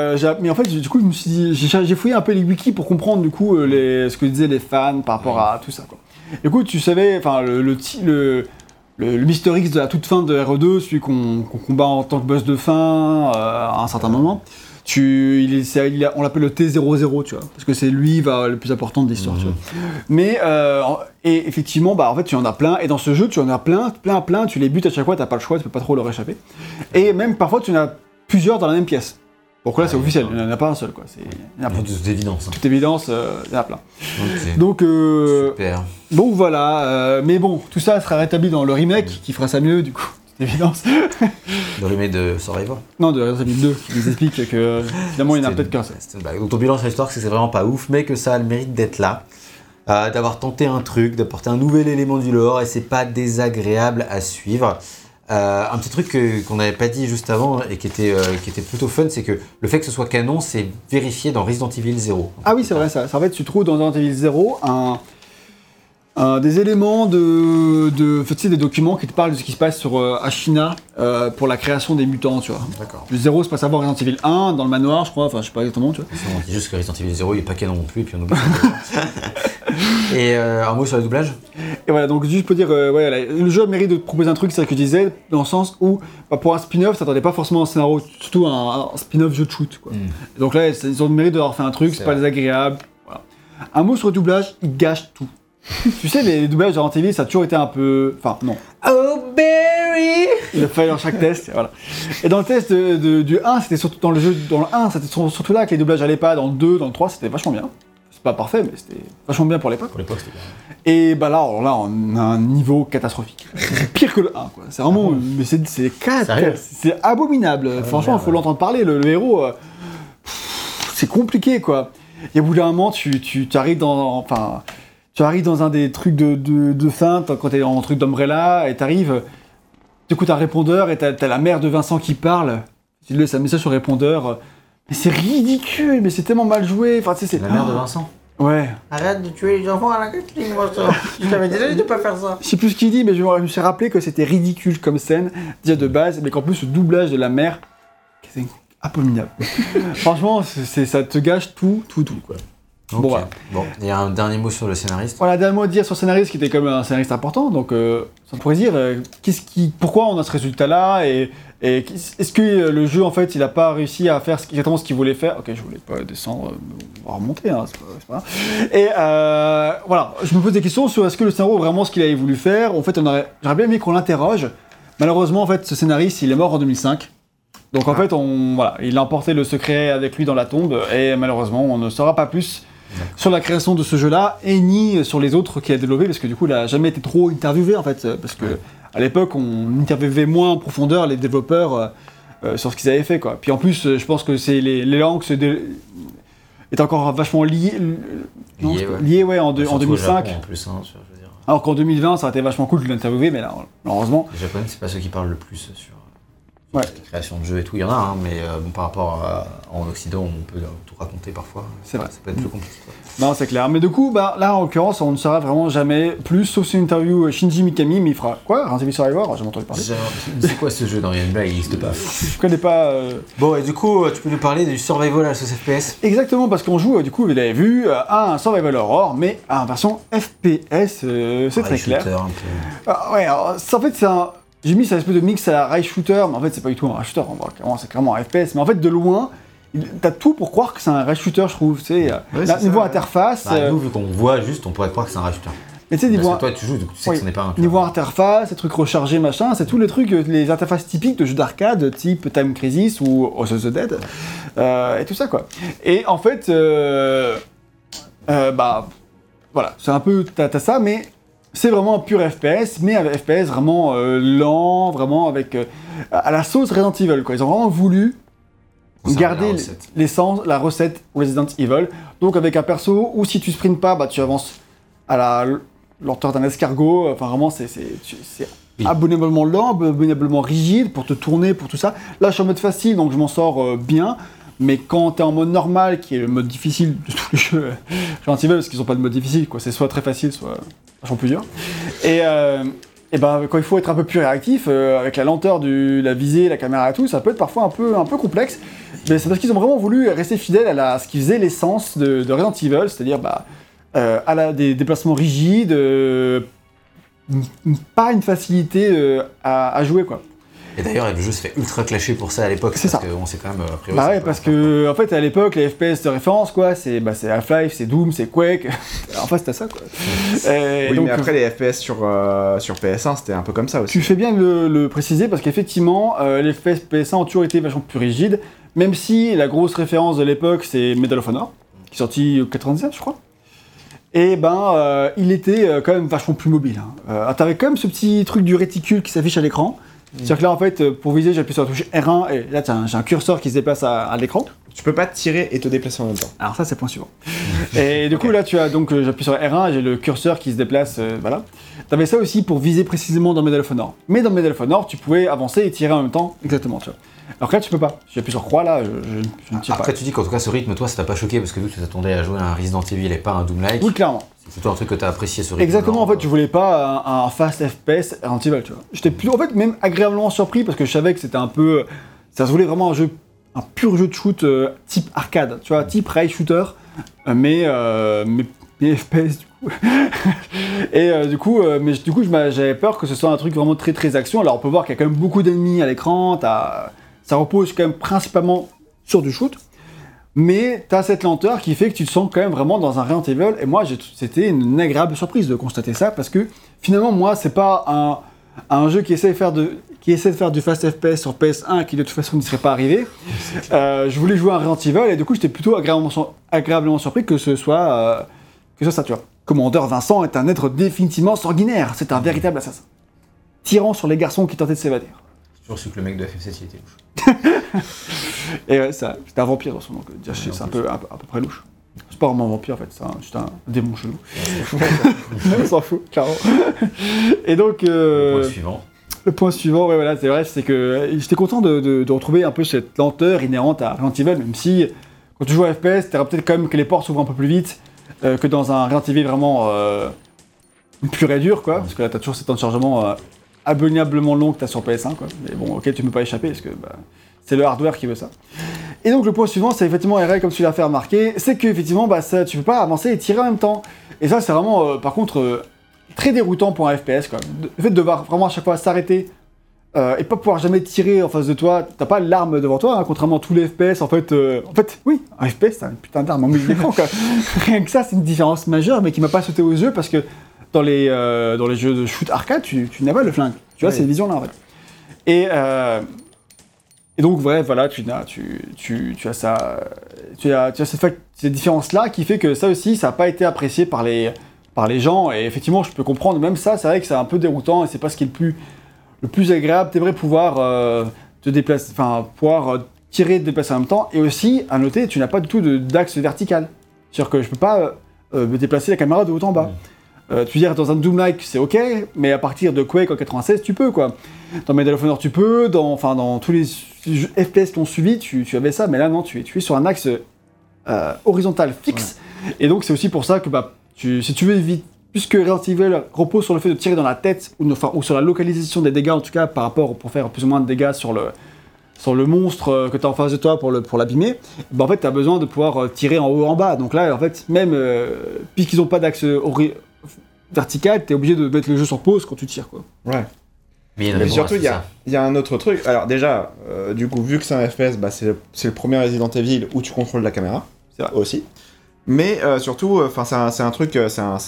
je me suis dit, j'ai fouillé un peu les wikis pour comprendre du coup ce que disaient les fans par rapport à tout ça. Quoi. Du coup, tu savais, enfin, le Mr. X de la toute fin de RE2, celui qu'on combat en tant que boss de fin à un certain moment. On l'appelle le T00, tu vois, parce que c'est lui le plus important de l'histoire, tu vois. Mais, et effectivement, en fait, tu en as plein, et dans ce jeu, tu en as plein, tu les butes à chaque fois, t'as pas le choix, tu peux pas trop leur échapper. Et même, parfois, tu en as plusieurs dans la même pièce. Donc là, c'est officiel, il n'y en a pas un seul, quoi. Il y en a plein. Toute évidence. Toute évidence, il y en a plein. Ok. Donc, Super. donc voilà, mais bon, tout ça sera rétabli dans le remake, qui fera ça mieux, du coup. Évidence. Le remake de Survivor. Non, de Resident Evil 2, qui nous explique que finalement il y en a peut-être qu'un seul. C'était une blague. Donc ton bilan sur l'histoire, c'est que c'est vraiment pas ouf, mais que ça a le mérite d'être là, d'avoir tenté un truc, d'apporter un nouvel élément du lore, et c'est pas désagréable à suivre. Un petit truc qu'on n'avait pas dit juste avant et qui était plutôt fun, c'est que le fait que ce soit canon, c'est vérifié dans Resident Evil 0. Ah oui, c'est vrai ça. En fait, tu trouves dans Resident Evil 0 des éléments des documents qui te parlent de ce qui se passe sur Ashina pour la création des mutants, tu vois. D'accord. Le 0 se passe avant Resident Evil 1, dans le manoir, je crois, enfin je sais pas exactement, tu vois. On dit juste que Resident Evil 0 il est pas canon non plus, et puis on oublie ça. Et un mot sur le doublage. Et voilà, donc juste pour dire, le jeu mérite de proposer un truc, c'est ce que je disais, dans le sens où, pour un spin-off, t'attendais pas forcément un scénario, surtout un spin-off jeu de shoot, quoi. Donc là, ils ont le mérite d'avoir fait un truc, c'est pas désagréable. Voilà. Un mot sur le doublage, il gâche tout. Tu sais, les doublages de TV, ça a toujours été un peu... Enfin, non. Oh, Barry! Il a fallu dans chaque test, voilà. Et dans le test du 1, c'était surtout dans le jeu, dans le 1, c'était surtout là que les doublages allaient pas, dans le 2, dans le 3, c'était vachement bien. C'est pas parfait, mais c'était vachement bien pour l'époque. Pour l'époque, c'était bien. Et bah là, on a un niveau catastrophique. C'est pire que le 1, quoi. C'est vraiment... mais c'est abominable. Franchement, il faut l'entendre parler, le héros... c'est compliqué, quoi. Et au bout d'un moment, tu arrives dans... Enfin... Tu arrives dans un des trucs de feinte, quand t'es en truc d'Umbrella, et t'arrives... Du coup, t'as un répondeur, et t'as la mère de Vincent qui parle. Tu laisses un message sur le répondeur. Mais c'est ridicule, mais c'est tellement mal joué. Enfin, tu sais, c'est... La mère de Vincent. Ouais. Arrête de tuer les enfants à la Catherine, moi, ça. Je t'avais déjà dit de pas faire ça. Je sais plus ce qu'il dit, mais je me suis rappelé que c'était ridicule comme scène, déjà de base, mais qu'en plus, le doublage de la mère, c'est abominable. Franchement, ça te gâche tout, quoi. Okay. Bon, voilà. Bon, il y a un dernier mot sur le scénariste. Voilà, dernier mot à dire sur le scénariste, qui était quand même un scénariste important, donc ça pourrait dire, pourquoi on a ce résultat-là, et est-ce que le jeu, en fait, il a pas réussi à faire exactement ce qu'il voulait faire. Ok, je voulais pas descendre, on va remonter, hein, c'est pas grave. Et voilà, je me pose des questions sur est-ce que le scénario est vraiment ce qu'il avait voulu faire. En fait, j'aurais bien aimé qu'on l'interroge. Malheureusement, en fait, ce scénariste, il est mort en 2005. Donc en fait, il a emporté le secret avec lui dans la tombe, et malheureusement, on ne saura pas plus sur la création de ce jeu-là, et ni sur les autres qu'il a développés, parce que du coup, il n'a jamais été trop interviewé, en fait, parce que à l'époque, on interviewait moins en profondeur les développeurs sur ce qu'ils avaient fait, quoi. Puis en plus, je pense que c'est les langues étaient encore vachement liées en 2005. Au Japon, en plus, hein, je veux dire. Alors qu'en 2020, ça aurait été vachement cool de l'interviewer, mais là, malheureusement... Les Japonais, c'est pas ceux qui parlent le plus sur... Ouais. La création de jeux et tout, il y en a, hein, mais bon, par rapport en Occident, on peut tout raconter parfois. C'est vrai. Ça peut être plus compliqué. Quoi. Non, c'est clair. Mais du coup, là, en l'occurrence, on ne saura vraiment jamais plus, sauf si une interview Shinji Mikami, mais il fera quoi? Resident Evil Survivor? J'ai entendu parler. C'est quoi ce jeu dans Rien de Blague? Il n'existe pas. Je connais pas. Bon, et du coup, tu peux nous parler du survival à la sauce FPS? Exactement, parce qu'on joue, du coup, vous l'avez vu, à un survival horror, mais à une version FPS, c'est très clair. Un peu. Ouais, alors, en fait, c'est un. J'ai mis cette espèce de mix à la rail shooter, mais en fait c'est pas du tout un rail shooter, c'est clairement un FPS, mais en fait de loin, t'as tout pour croire que c'est un rail shooter, je trouve, tu sais, niveau interface... Nous, vu qu'on voit juste, on pourrait croire que c'est un rail shooter. Mais tu sais, parce que toi tu joues, donc tu sais que ce n'est pas un... Niveau interface, les trucs rechargés, machin, c'est tous les trucs, les interfaces typiques de jeux d'arcade, type Time Crisis ou House of the Dead, et tout ça, quoi. Et en fait, voilà, c'est un peu, t'as ça, mais... C'est vraiment un pur FPS, mais un FPS vraiment lent, vraiment avec... à la sauce Resident Evil, quoi. Ils ont vraiment voulu garder la recette Resident Evil. Donc avec un perso où si tu sprints pas, tu avances à la lenteur d'un escargot. Enfin vraiment, c'est abominablement lent, abominablement rigide pour te tourner, pour tout ça. Là, je suis en mode facile, donc je m'en sors bien. Mais quand t'es en mode normal, qui est le mode difficile de tous les jeux Resident Evil, parce qu'ils ont pas de mode difficile, quoi. C'est soit très facile, soit vachement plus dur. Et quand il faut être un peu plus réactif, avec la lenteur de la visée, la caméra et tout, ça peut être parfois un peu complexe. Mais c'est parce qu'ils ont vraiment voulu rester fidèles à ce qui faisait l'essence de Resident Evil, c'est-à-dire des déplacements rigides, pas une facilité à jouer, quoi. Et d'ailleurs, le jeu se fait ultra clasher pour ça à l'époque, parce qu'on sait quand même... parce que, en fait, à l'époque, les FPS de référence, quoi, c'est Half-Life, c'est Doom, c'est Quake, enfin, c'était ça, quoi. Oui, donc, mais après, les FPS sur PS1, c'était un peu comme ça aussi. Tu fais bien de le préciser, parce qu'effectivement, les FPS PS1 ont toujours été vachement plus rigides, même si la grosse référence de l'époque, c'est Medal of Honor, qui est sorti en 97, je crois. Et il était quand même vachement plus mobile. T'avais quand même ce petit truc du réticule qui s'affiche à l'écran. C'est-à-dire que là, en fait, pour viser, j'appuie sur la touche R1 et là, j'ai un curseur qui se déplace à l'écran. Tu peux pas tirer et te déplacer en même temps. Alors ça, c'est le point suivant. Et du coup, là, tu as donc, j'appuie sur R1 et j'ai le curseur qui se déplace, voilà. T'avais ça aussi pour viser précisément dans Medal of Honor. Mais dans Medal of Honor, tu pouvais avancer et tirer en même temps, exactement, tu vois. Alors que là, tu peux pas. Si j'appuie sur croix, là, je ne tire pas. Après, tu dis qu'en tout cas, ce rythme, toi, ça t'a pas choqué parce que tu t'attendais à jouer à un Resident Evil et pas un Doom-like. Oui, clairement. C'est plutôt un truc que t'as apprécié, ce rythme. Exactement, en fait, je voulais pas un fast FPS Resident Evil, tu vois. J'étais plutôt, en fait, même agréablement surpris parce que je savais que c'était un peu... Ça se voulait vraiment un pur jeu de shoot type arcade, tu vois, type rail shooter, mais FPS, du coup. Et du coup, j'avais peur que ce soit un truc vraiment très très action. Alors on peut voir qu'il y a quand même beaucoup d'ennemis à l'écran, ça repose quand même principalement sur du shoot, mais t'as cette lenteur qui fait que tu te sens quand même vraiment dans un Resident Evil, et moi c'était une agréable surprise de constater ça, parce que finalement moi c'est pas un jeu qui essaie de faire du fast FPS sur PS1 qui de toute façon n'y serait pas arrivé. Je voulais jouer à un Resident Evil et du coup j'étais plutôt agréablement surpris que ce soit ça, tu vois. Commandeur Vincent est un être définitivement sanguinaire, c'est un véritable assassin. Tirant sur les garçons qui tentaient de s'évader. J'ai toujours su que le mec de FF7 il était louche. Et ouais, c'était un vampire dans son nom, c'est un peu près louche. C'est pas vraiment un vampire en fait, c'est un démon chelou. On s'en fout, clairement. Et donc... Le point suivant. Le point suivant, ouais, voilà, c'est vrai, c'est que j'étais content de retrouver un peu cette lenteur inhérente à Resident Evil, même si quand tu joues à FPS, t'aurais peut-être quand même que les portes s'ouvrent un peu plus vite que dans un Resident Evil vraiment pur et dur, quoi, parce que là t'as toujours cet temps de chargement abominablement long que t'as sur PS1, quoi. Mais bon, ok, tu peux pas échapper parce que c'est le hardware qui veut ça. Et donc le point suivant, c'est effectivement RL, comme tu l'as fait remarquer, c'est que effectivement, tu peux pas avancer et tirer en même temps. Et ça, c'est vraiment, par contre, très déroutant pour un FPS, quoi. Le fait de devoir vraiment à chaque fois s'arrêter et pas pouvoir jamais tirer en face de toi, t'as pas l'arme devant toi, hein, contrairement à tous les FPS, en fait, oui, un FPS, c'est un putain d'arme en milieu de l'écran, quoi. Rien que ça, c'est une différence majeure, mais qui m'a pas sauté aux yeux, parce que dans les jeux de shoot arcade, tu n'as pas le flingue. Tu vois, cette vision-là, en fait. Et donc, ouais, voilà, tu as ça, tu as cette différence-là qui fait que ça aussi, ça n'a pas été apprécié par les gens, et effectivement, je peux comprendre, même ça, c'est vrai que c'est un peu déroutant, et c'est pas ce qui est le plus agréable. T'aimerais pouvoir te déplacer, enfin, pouvoir tirer et te déplacer en même temps, et aussi, à noter, tu n'as pas du tout d'axe vertical. C'est-à-dire que je peux pas me déplacer la caméra de haut en bas. Tu veux dire, dans un Doom-like, c'est ok, mais à partir de Quake en 96, tu peux, quoi. Dans Medal of Honor, tu peux, dans tous les FPS qui ont suivi, tu avais ça, mais là, non, tu es sur un axe horizontal fixe, et donc c'est aussi pour ça que, si tu veux éviter, puisque Resident Evil repose sur le fait de tirer dans la tête, ou sur la localisation des dégâts, en tout cas, par rapport, pour faire plus ou moins de dégâts sur le monstre que tu as en face de toi pour l'abîmer, en fait, tu as besoin de pouvoir tirer en haut en bas. Donc là, en fait, même, puisqu'ils n'ont pas d'axe vertical, t'es obligé de mettre le jeu sur pause quand tu tires, quoi. Ouais. Mais surtout, il y a un autre truc. Alors déjà, du coup, vu que c'est un FPS, c'est le premier Resident Evil où tu contrôles la caméra. C'est vrai. Aussi. Mais surtout, c'est un truc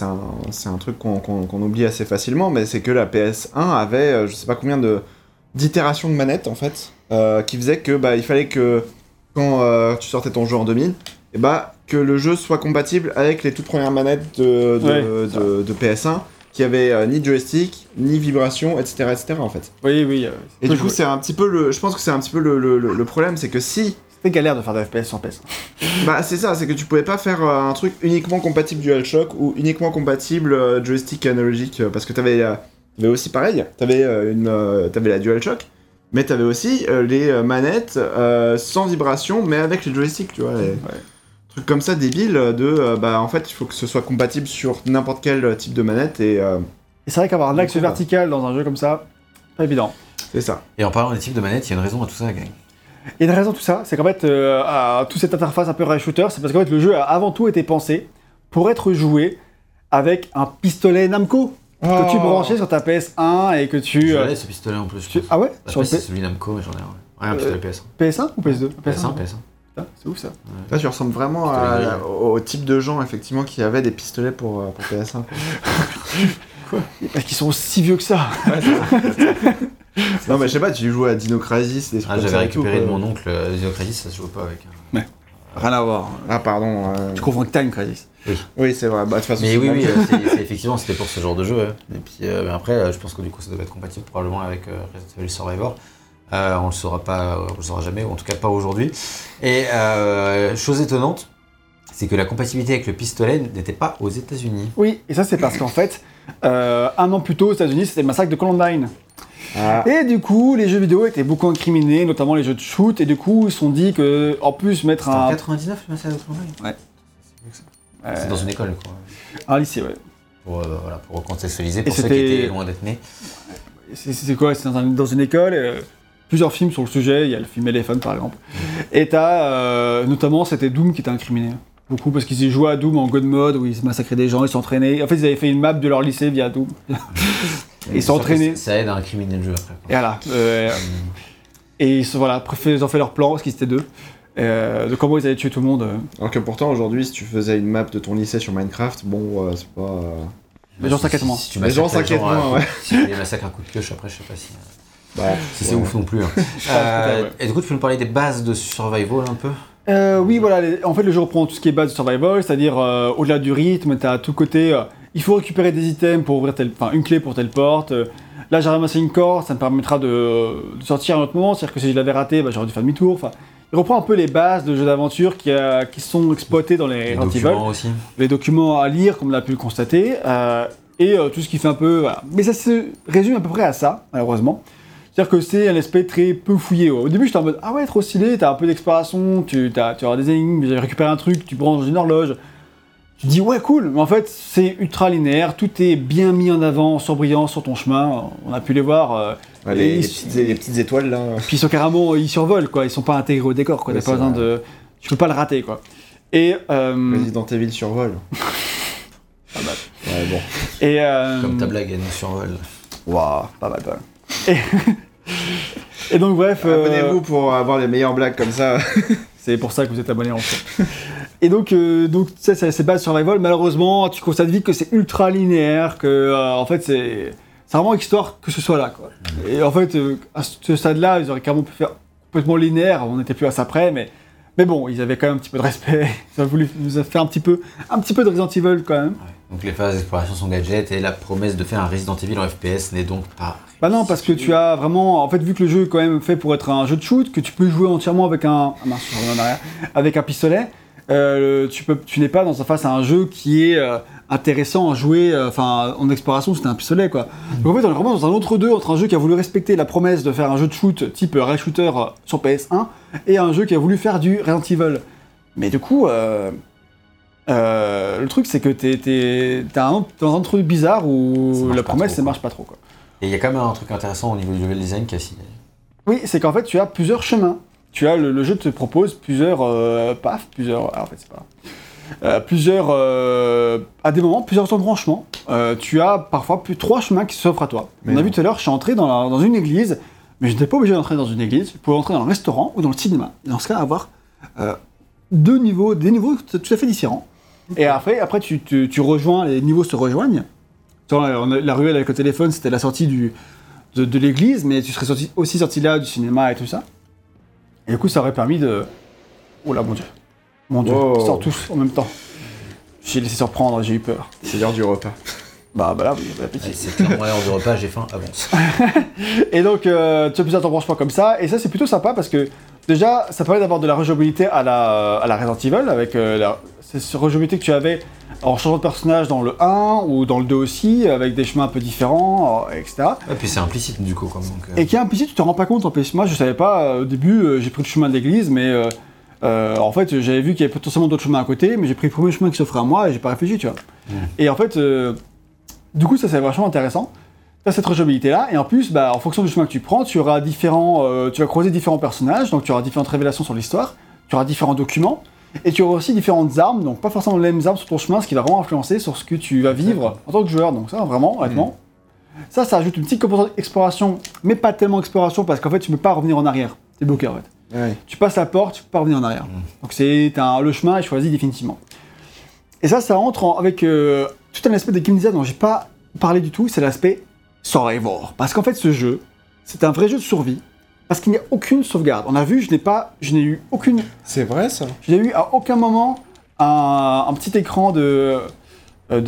qu'on oublie assez facilement, mais c'est que la PS1 avait, je sais pas combien d'itérations de manettes, en fait, qui faisaient que, il fallait que, quand tu sortais ton jeu en 2000, que le jeu soit compatible avec les toutes premières manettes de PS1, qui avaient ni joystick, ni vibration, etc., en fait. Oui. Et du coup, c'est un petit peu je pense que c'est un petit peu le problème, c'est que si... C'était galère de faire de FPS sans PS. C'est ça, c'est que tu pouvais pas faire un truc uniquement compatible DualShock ou uniquement compatible joystick analogique, parce que t'avais aussi pareil, t'avais la DualShock, mais t'avais aussi les manettes sans vibration, mais avec les joysticks, tu vois. Trucs comme ça débiles en fait il faut que ce soit compatible sur n'importe quel type de manette et c'est vrai qu'avoir l'axe vertical dans un jeu comme ça, pas évident. C'est ça. Et en parlant des types de manettes, il y a une raison à tout ça, gang. Il y a une raison à tout ça, c'est qu'en fait toute cette interface un peu rail shooter, c'est parce qu'en fait le jeu a avant tout été pensé pour être joué avec un pistolet Namco que tu branchais sur ta PS1 et que tu... J'avais ce pistolet en plus. Ah ouais? C'est celui Namco, mais j'en ai un pistolet PS1. PS1 ou PS2? PS1. Ah, c'est ouf ça. Là, tu ressembles vraiment au type de gens effectivement qui avaient des pistolets pour PS1. Quoi? Parce qu'ils sont aussi vieux que ça. Non, mais je sais pas, tu jouais à Dino Crisis, des trucs comme ça. J'avais récupéré de mon oncle Dino Crisis, ça se joue pas avec. Ouais. Rien à voir. Ah, pardon. Tu confonds avec Time Crisis. Oui, c'est vrai. De toute façon, mais oui, effectivement, c'était pour ce genre de jeu. Ouais. Et puis après, je pense que du coup, ça devait être compatible probablement avec Resident Evil Survivor. On le saura pas, on le saura jamais, ou en tout cas pas aujourd'hui. Et chose étonnante, c'est que la compatibilité avec le pistolet n'était pas aux États-Unis. Oui, et ça c'est parce qu'en fait, un an plus tôt aux États-Unis, c'était le massacre de Columbine. Ah. Et du coup, les jeux vidéo étaient beaucoup incriminés, notamment les jeux de shoot, et du coup, ils se sont dit que, en plus, mettre un. C'était en 99 le massacre de Columbine. Ouais. C'est dans une école, quoi. Un lycée, ouais. Pour contextualiser, pour ceux qui étaient loin d'être nés. C'est quoi? C'est dans une école. Plusieurs films sur le sujet, il y a le film Elephant par exemple. Et t'as notamment c'était Doom qui était incriminé. beaucoup parce qu'ils jouaient à Doom en God Mode où ils se massacraient des gens, ils s'entraînaient. En fait, ils avaient fait une map de leur lycée via Doom. Ils s'entraînaient. Ça aide à incriminer le jeu après. Et voilà. Et ils ont fait leur plan parce qu'ils étaient deux. De comment ils allaient tuer tout le monde. Alors que pourtant, aujourd'hui, si tu faisais une map de ton lycée sur Minecraft, bon, c'est pas... Les gens s'inquiètent moins. Les gens s'inquiètent moins, ouais. Si tu les massacres un coup de pioche, après, je sais pas si... si c'est ouais. ouf non plus. Hein. Et du coup, tu peux nous parler des bases de survival un peu ? Oui, voilà. En fait, le jeu reprend tout ce qui est base de survival, c'est-à-dire au-delà du rythme, t'as tout côté. Il faut récupérer des items pour ouvrir une clé pour telle porte. Là, j'ai ramassé une corde, ça me permettra de sortir à un autre moment. C'est-à-dire que si je l'avais raté, j'aurais dû faire demi-tour. Enfin, il reprend un peu les bases de jeux d'aventure qui sont exploitées dans les documents aussi. Les documents à lire, comme on l'a pu le constater, et tout ce qui fait un peu. Voilà. Mais ça se résume à peu près à ça, malheureusement. C'est-à-dire que c'est un aspect très peu fouillé. Au début, j'étais en mode ah ouais, trop stylé, t'as un peu d'exploration, tu auras des énigmes, j'ai récupéré un truc, tu branches dans une horloge. Tu te dis ouais, cool, mais en fait, c'est ultra linéaire, tout est bien mis en avant, surbrillant sur ton chemin. On a pu les voir. Les petites étoiles là. Puis ils sont carrément, ils survolent quoi, ils sont pas intégrés au décor quoi, t'as pas besoin de. Tu peux pas le rater quoi. Et. Resident Evil survole. Pas mal. Ouais, bon. Et comme ta blague, elle nous survole. Waouh, pas mal. Et donc bref... Abonnez-vous pour avoir les meilleures blagues comme ça. C'est pour ça que vous êtes abonné en fait. Et donc ça, c'est base survival. Malheureusement, tu constates vite que c'est ultra linéaire, que en fait c'est vraiment histoire que ce soit là quoi. Et en fait, à ce stade-là, ils auraient carrément pu faire complètement linéaire, on n'était plus à ça près, mais bon, ils avaient quand même un petit peu de respect. Ils ont voulu nous faire un petit peu de Resident Evil quand même. Ouais. Donc les phases d'exploration sont gadgets et la promesse de faire un Resident Evil en FPS n'est donc pas... Bah non, parce que tu as vraiment... En fait, vu que le jeu est quand même fait pour être un jeu de shoot, que tu peux jouer entièrement avec avec un pistolet, tu n'es pas face à un jeu qui est intéressant à jouer, en exploration, c'était un pistolet quoi. Donc en fait, on est vraiment dans un entre-deux entre un jeu qui a voulu respecter la promesse de faire un jeu de shoot type rail shooter sur PS1 et un jeu qui a voulu faire du Resident Evil. Mais du coup... le truc c'est que t'es dans un entre-deux bizarre où la promesse ça marche pas trop quoi. Et il y a quand même un truc intéressant au niveau du level design qui a signé. Oui, c'est qu'en fait tu as plusieurs chemins. Tu as le jeu te propose plusieurs à des moments plusieurs embranchements. Tu as parfois 3 chemins qui s'offrent à toi. On a vu tout à l'heure, je suis entré dans une église, mais je n'étais pas obligé d'entrer dans une église. Je pouvais entrer dans un restaurant ou dans le cinéma. Et dans ce cas, avoir des niveaux tout à fait différents. Et après tu rejoins, les niveaux se rejoignent. La ruelle avec le téléphone, c'était la sortie de l'église, mais tu serais aussi sorti là du cinéma et tout ça. Et du coup, ça aurait permis de... Oh là, mon Dieu. Wow. Ils sortent tous en même temps. J'ai laissé surprendre, j'ai eu peur. C'est l'heure du repas. Bah là, oui, bon appétit. C'est clairement l'heure du repas, j'ai faim, avance. Et donc, tu as plusieurs embranchements comme ça, et ça, c'est plutôt sympa parce que, déjà, ça permet d'avoir de la rejouabilité à la Resident Evil, avec cette rejouabilité que tu avais en changeant de personnage dans le 1 ou dans le 2 aussi, avec des chemins un peu différents, etc. Et puis c'est implicite du coup. Et qui est implicite, tu te rends pas compte en plus. Moi je savais pas, au début j'ai pris le chemin de l'église, mais en fait j'avais vu qu'il y avait potentiellement d'autres chemins à côté, mais j'ai pris le premier chemin qui s'offrait à moi et j'ai pas réfléchi, tu vois. Et en fait, du coup ça c'est vachement intéressant. Tu as cette rejouabilité là, et en plus, en fonction du chemin que tu prends, tu vas croiser différents personnages, donc tu auras différentes révélations sur l'histoire, tu auras différents documents. Et tu auras aussi différentes armes, donc pas forcément les mêmes armes sur ton chemin, ce qui va vraiment influencer sur ce que tu vas vivre en tant que joueur. Donc ça, vraiment, honnêtement, ça ajoute une petite composante d'exploration, mais pas tellement exploration, parce qu'en fait, tu peux pas revenir en arrière. T'es bloqué, en fait. Ouais. Tu passes la porte, tu peux pas revenir en arrière. Donc le chemin est choisi définitivement. Et ça rentre avec tout un aspect de game design dont j'ai pas parlé du tout, c'est l'aspect survival. Parce qu'en fait, ce jeu, c'est un vrai jeu de survie. Parce qu'il n'y a aucune sauvegarde. On a vu, je n'ai eu aucune... C'est vrai ça ? Je n'ai eu à aucun moment un petit écran avec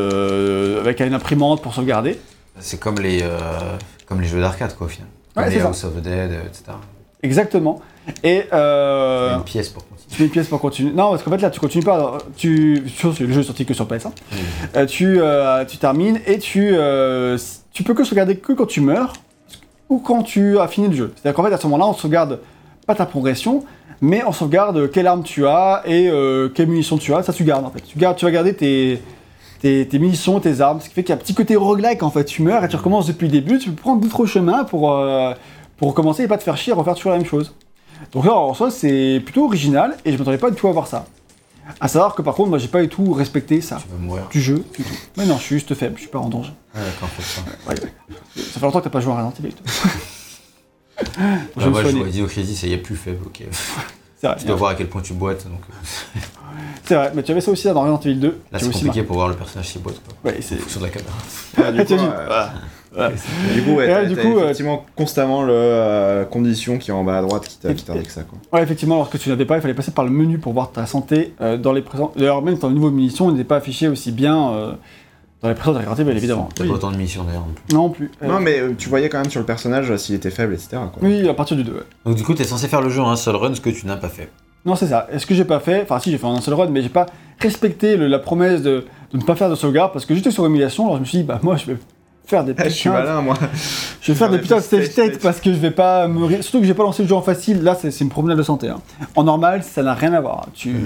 une imprimante pour sauvegarder. C'est comme les jeux d'arcade quoi au final. Ouais, les House of the Dead, etc. Exactement. Et tu mets une pièce pour continuer. Tu mets une pièce pour continuer. Non, parce qu'en fait là tu continues pas. Le jeu est sorti que sur PS1. Tu termines et tu peux que sauvegarder que quand tu meurs. Ou quand tu as fini le jeu. C'est-à-dire qu'en fait, à ce moment-là, on sauvegarde pas ta progression, mais on sauvegarde quelle arme tu as et quelles munitions tu as. Ça, tu gardes en fait. Tu vas garder tes munitions, tes armes. Ce qui fait qu'il y a un petit côté roguelike en fait. Tu meurs et tu recommences depuis le début. Tu peux prendre d'autres chemins pour recommencer et pas te faire chier et refaire toujours la même chose. Donc là, en soi, c'est plutôt original et je m'attendais pas du tout à voir ça. À savoir que par contre, moi j'ai pas du tout respecté ça. Tu vas mourir. Du jeu, du tout. Mais non, je suis juste faible, je suis pas en danger. Ah d'accord, faut ça. Ouais. Ça fait longtemps que t'as pas joué à Resident Evil. Moi je joue à Dino Crisis et il y a plus faible, ok. C'est vrai. Tu dois voir à quel point tu boites, donc... C'est vrai, mais tu avais ça aussi dans Resident Evil 2. Là c'est compliqué pour voir le personnage qui boite, quoi. Ouais, c'est... En fonction de la caméra. Du coup, t'as coup, effectivement constamment le condition qui est en bas à droite qui t'indique ça, quoi. Ouais, effectivement, lorsque tu n'avais pas, il fallait passer par le menu pour voir ta santé dans les présents. D'ailleurs, même ton niveau de munitions n'était pas affiché aussi bien dans les présents de la Resident Evil, évidemment. T'as pas autant de missions d'ailleurs non plus. Non plus. Non, mais tu voyais quand même sur le personnage s'il était faible, etc. quoi. Oui, à partir du 2. Ouais. Donc du coup, t'es censé faire le jeu en un seul run, ce que tu n'as pas fait. Non, c'est ça. Est-ce que j'ai pas fait? Enfin, si, j'ai fait un seul run, mais j'ai pas respecté la promesse de ne pas faire de sauvegarde parce que j'étais sur émulation. Alors je me suis dit, bah moi, je vais faire des Je suis malin, moi. Je vais faire des putains de save state parce que je vais pas me... Surtout que j'ai pas lancé le jeu en facile, là c'est une promenade de santé. Hein. En normal, ça n'a rien à voir.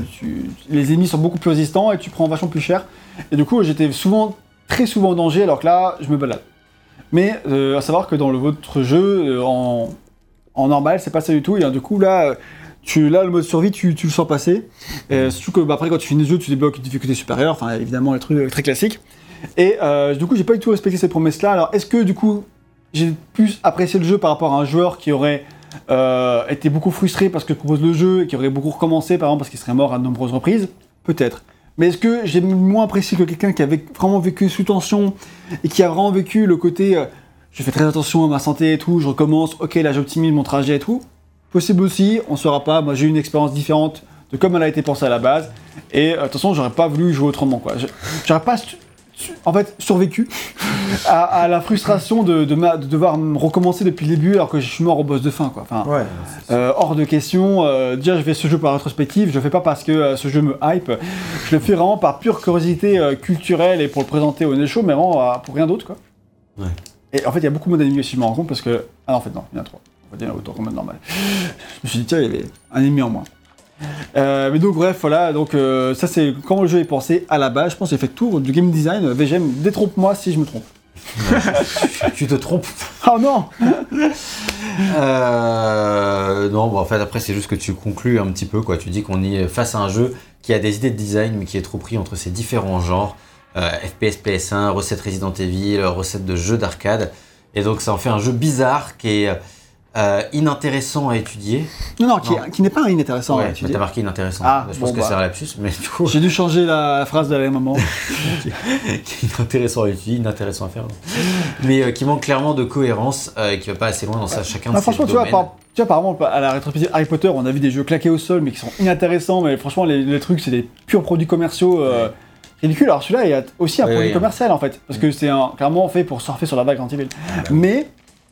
Les ennemis sont beaucoup plus résistants et tu prends vachement plus cher. Et du coup, j'étais très souvent en danger alors que là, je me balade. Mais à savoir que dans votre jeu, en normal, c'est pas ça du tout. Et du coup, là, le mode survie, tu le sens passer. Surtout que après, quand tu finis le jeu, tu débloques une difficulté supérieure. Enfin, évidemment, les trucs très classiques. Et du coup, j'ai pas du tout respecté cette promesse-là. Alors, est-ce que du coup, j'ai plus apprécié le jeu par rapport à un joueur qui aurait été beaucoup frustré parce que je propose le jeu et qui aurait beaucoup recommencé, par exemple, parce qu'il serait mort à de nombreuses reprises? Peut-être. Mais est-ce que j'ai moins apprécié que quelqu'un qui avait vraiment vécu sous tension et qui a vraiment vécu le côté je fais très attention à ma santé et tout, je recommence, ok, là j'optimise mon trajet et tout? Possible aussi, on saura pas. Moi, j'ai eu une expérience différente de comme elle a été pensée à la base. Et de toute façon, j'aurais pas voulu jouer autrement, quoi. J'aurais pas survécu à la frustration de devoir me recommencer depuis le début alors que je suis mort au boss de fin, quoi. Enfin, hors de question. Déjà, je fais ce jeu par rétrospective, je le fais pas parce que ce jeu me hype. Je le fais vraiment par pure curiosité culturelle et pour le présenter au Nesho, mais vraiment pour rien d'autre, quoi. Ouais. Et en fait, il y a beaucoup moins d'ennemis aussi, je me rends compte, parce que... Ah non, en fait, non, il y en a 3. En fait, il y en a autant qu'en mode normal. Je me suis dit, tiens, il y avait un ennemi en moins. Mais donc bref, voilà, donc ça c'est comment le jeu est pensé à la base. Je pense que j'ai fait le tour du game design. VGM, détrompe-moi si je me trompe. Tu te trompes. Oh non. Non, bon, en fait après c'est juste que tu conclus un petit peu, quoi. Tu dis qu'on est face à un jeu qui a des idées de design mais qui est trop pris entre ces différents genres. FPS, PS1, recette Resident Evil, recette de jeux d'arcade. Et donc ça en fait un jeu bizarre qui est... inintéressant à étudier. Non, qui n'est pas inintéressant à étudier. T'as marqué inintéressant. Je pense que c'est un lapsus, mais du coup... J'ai dû changer la phrase de la maman. Qui est inintéressant à étudier, inintéressant à faire. Mais qui manque clairement de cohérence et qui va pas assez loin dans ça, chacun de ses franchement, domaines. tu vois, par exemple, à la rétrospective Harry Potter, on a vu des jeux claqués au sol, mais qui sont inintéressants, mais franchement, les trucs, c'est des purs produits commerciaux ridicules. Alors celui-là, il y a aussi un produit commercial, en fait, parce que c'est clairement fait pour surfer sur la vague Resident Evil. Mais...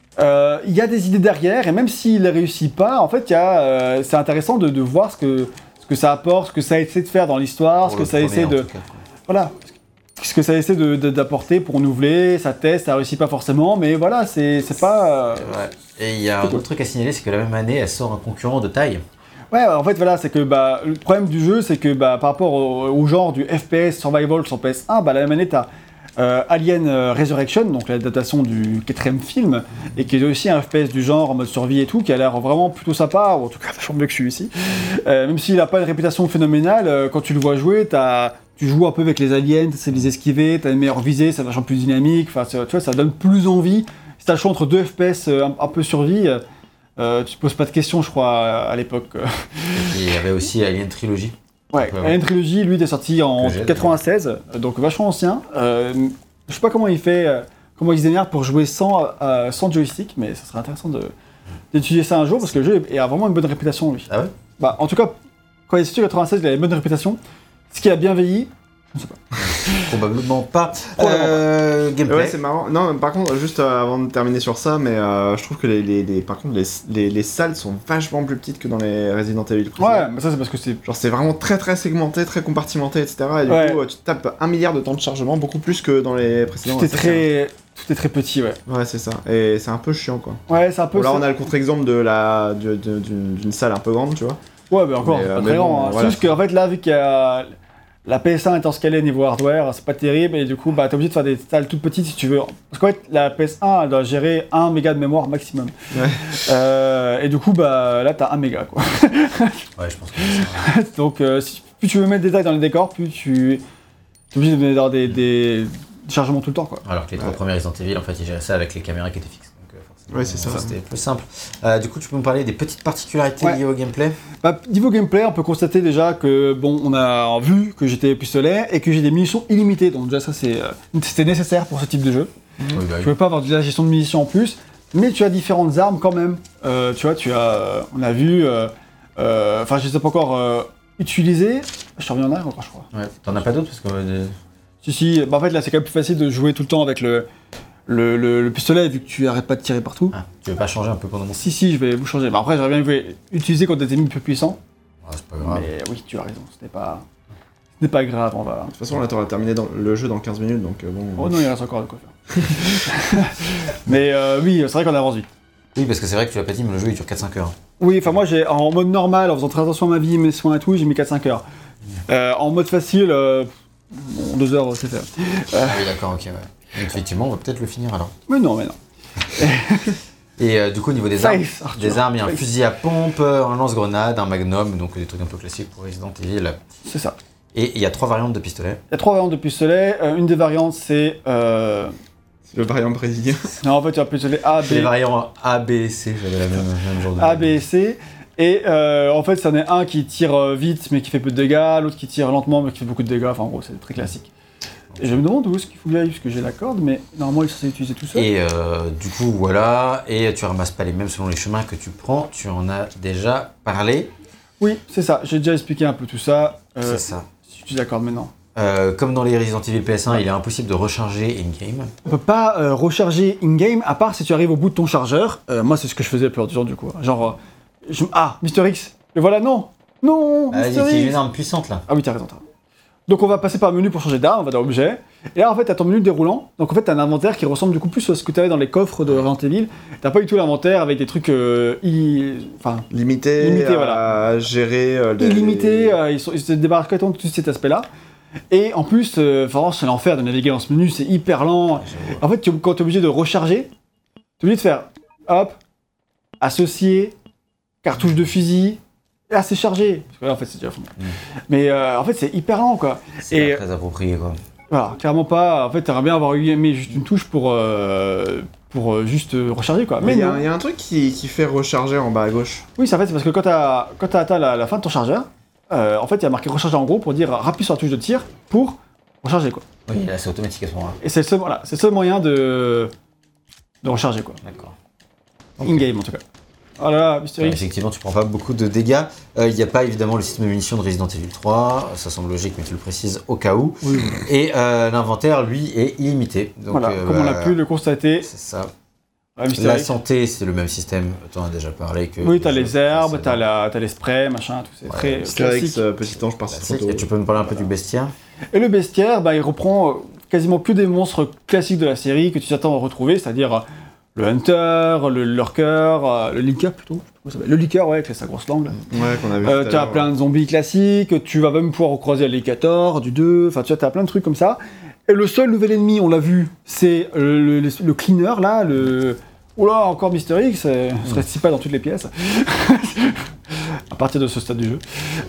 il y a des idées derrière, et même s'il ne réussit pas, en fait, c'est intéressant de voir ce que ça apporte, ce que ça essaie de faire dans l'histoire, ce que ça essaie de... Voilà. Ce que ça essaie d'apporter pour renouveler, ça teste, ça réussit pas forcément, mais voilà, c'est pas... Et il y a un autre truc à signaler, c'est que la même année, elle sort un concurrent de taille. Ouais, en fait, voilà, c'est que le problème du jeu, c'est que par rapport au genre du FPS Survival sur PS1, la même année, t'as Alien Resurrection, donc l'adaptation du 4e film, et qui est aussi un FPS du genre en mode survie et tout, qui a l'air vraiment plutôt sympa, ou en tout cas vachement mieux que celui-ci. Même s'il n'a pas une réputation phénoménale, quand tu le vois jouer, tu joues un peu avec les aliens, tu sais les esquiver, tu as une meilleure visée, c'est vachement plus dynamique, enfin, tu vois, ça donne plus envie. Si tu as le choix entre 2 FPS un peu survie, tu te poses pas de questions, je crois, à l'époque. Et il y avait aussi Alien Trilogy. Ouais, Alien Trilogy, lui, il est sorti en 96, donc vachement ancien. Je sais pas comment il fait, comment il se démerde pour jouer sans joystick, mais ça serait intéressant d'étudier ça un jour, parce que le jeu a vraiment une bonne réputation, lui. Ah ouais? En tout cas, quand il est sorti en 96, il a une bonne réputation. Ce qui a bien vieilli, je ne sais pas. Probablement pas. Gameplay. Ouais, c'est marrant. Non, par contre, juste avant de terminer sur ça, mais je trouve que les salles sont vachement plus petites que dans les Resident Evil. Ouais, mais ça c'est parce que c'est vraiment très très segmenté, très compartimenté, etc. Et du coup, tu tapes 1 milliard de temps de chargement, beaucoup plus que dans les précédents. Tout est très petit, ouais. Ouais, c'est ça. Et c'est un peu chiant, quoi. Ouais, c'est un peu. Bon, là, on a le contre-exemple d'une salle un peu grande, tu vois. Ouais, mais encore, pas très grand. Voilà. C'est juste qu'en fait, là, vu qu'il y a. La PS1 est en scalé niveau hardware, c'est pas terrible, et du coup, t'es obligé de faire des salles toutes petites si tu veux. Parce qu'en fait, la PS1, elle doit gérer 1 méga de mémoire maximum. Ouais. Et du coup, là, t'as 1 méga, quoi. Ouais, je pense que c'est ça. Donc, plus tu veux mettre des détails dans les décors, plus tu es obligé d'avoir des chargements tout le temps, quoi. Alors que les 3 premiers Resident Evil, en fait, ils géraient ça avec les caméras qui étaient fixes. Donc, forcément, Ouais, c'est ça. C'était plus simple. Du coup, tu peux me parler des petites particularités Ouais. liées au gameplay? Niveau gameplay, on peut constater déjà que, bon, on a vu que j'étais pistolet et que j'ai des munitions illimitées. Donc déjà, ça, c'était nécessaire pour ce type de jeu. Oui, bah Tu veux pas avoir de la gestion de munitions en plus, mais tu as différentes armes quand même. Tu vois, on a vu, enfin, je les ai pas encore utilisées. Je suis revenu en arrière encore, je crois. Ouais. T'en as pas d'autres parce que Si, bah en fait là c'est quand même plus facile de jouer tout le temps avec le pistolet vu que tu arrêtes pas de tirer partout. tu veux pas changer un peu pendant mon Si, je vais vous changer. Bah après j'aurais bien voulu utiliser quand t'es ennemis plus puissants. c'est pas grave. Mais oui, tu as raison, ce n'est pas grave, on va... De toute façon, là, t'auras terminé le jeu dans 15 minutes, donc bon... Oh non, il reste encore de quoi faire. Mais oui, c'est vrai qu'on avance vite. Oui, parce que c'est vrai que tu l'as pas dit, mais le jeu il dure 4-5 heures. Oui, enfin moi j'ai en mode normal, en faisant très attention à ma vie, mes soins et tout, j'ai mis 4-5 heures. En mode facile, 2 heures c'est fait. Oui, d'accord, ok, ouais. Donc, effectivement, on va peut-être le finir alors. Mais non. Et du coup, au niveau des Ça armes, y est, Arthur. il y a un Ça y est. fusil à pompe, un lance-grenade, un magnum, donc des trucs un peu classiques pour Resident Evil. C'est ça. Et il y a 3 variantes de pistolet. Il y a 3 variantes de pistolet. Une des variantes c'est... C'est le variant brésilien. Non, en fait, tu as un pistolet A, B, C'est les variantes A, B et C, j'avais la même genre de... A, B et C. Et en fait, c'en est un qui tire vite mais qui fait peu de dégâts, l'autre qui tire lentement mais qui fait beaucoup de dégâts. Enfin, en gros, c'est très classique. Et je me demande où est-ce qu'il faut que j'aille, parce que j'ai la corde, mais normalement, il est censé l'utiliser tout seul. Et du coup, voilà, et tu ramasses pas les mêmes selon les chemins que tu prends, tu en as déjà parlé. Oui, c'est ça. J'ai déjà expliqué un peu tout ça. C'est ça. Si tu es d'accord maintenant. Comme dans les Resident Evil PS1, il est impossible de recharger in-game. On peut pas recharger in-game, à part si tu arrives au bout de ton chargeur. Moi, c'est ce que je faisais la plupart du temps, du coup. Genre, Mister X, le voilà, non. Non, Ah, il y Mister a X. une arme puissante là. Ah oui, t'as raison. Donc on va passer par le menu pour changer d'arme, on va dans objet. Et là en fait t'as ton menu déroulant, donc en fait t'as un inventaire qui ressemble du coup plus à ce que t'avais dans les coffres de Resident Evil. T'as pas du tout l'inventaire avec des trucs Limité à gérer illimités, ils se débarrassent complètement de tout cet aspect-là. Et en plus, c'est l'enfer de naviguer dans ce menu, c'est hyper lent. En fait quand t'es obligé de recharger, t'es obligé de faire hop, associer, cartouche de fusil. Là, c'est chargé. Parce que là, en fait, c'est déjà fond. Mais en fait, c'est hyper lent, quoi. C'est pas très approprié, quoi. Voilà, clairement pas. En fait, t'aimerais bien avoir mis juste une touche pour juste recharger, quoi. Mais il y non. a un truc qui fait recharger en bas à gauche. Oui, c'est en fait, c'est parce que quand t'as atteint la fin de ton chargeur, en fait, il y a marqué recharger en gros pour dire rappuie sur la touche de tir pour recharger, quoi. Oui, là, c'est automatique à ce moment-là. Et c'est le seul moyen de recharger, quoi. D'accord. In-game, en tout cas. Oh là là, Mister X. Effectivement, tu prends pas beaucoup de dégâts. Il n'y a pas évidemment le système de munitions de Resident Evil 3, ça semble logique, mais tu le précises au cas où. Oui. Et l'inventaire, lui, est illimité. Donc, Voilà, comme on a pu le constater. C'est ça. Mister La X. santé, c'est le même système, tu en as déjà parlé. Que Oui, t'as les herbes, t'as les sprays, machin, tout c'est très Mister X, classique. petit ange par-ci trop Classique. tôt. Et tu peux me parler un peu du bestiaire? Et le bestiaire, il reprend quasiment que des monstres classiques de la série que tu t'attends à retrouver, c'est-à-dire le Hunter, le Lurker, le Licker plutôt. Je sais pas comment ça s'appelle. Le Licker, ouais, avec sa grosse langue. Là. Ouais, qu'on a vu. Tu as plein de zombies classiques, tu vas même pouvoir recroiser l'Alligator, du 2, enfin tu vois, t'as plein de trucs comme ça. Et le seul nouvel ennemi, on l'a vu, c'est le cleaner là, le... Oh là, encore Mister X, se reste pas dans toutes les pièces. À partir de ce stade du jeu.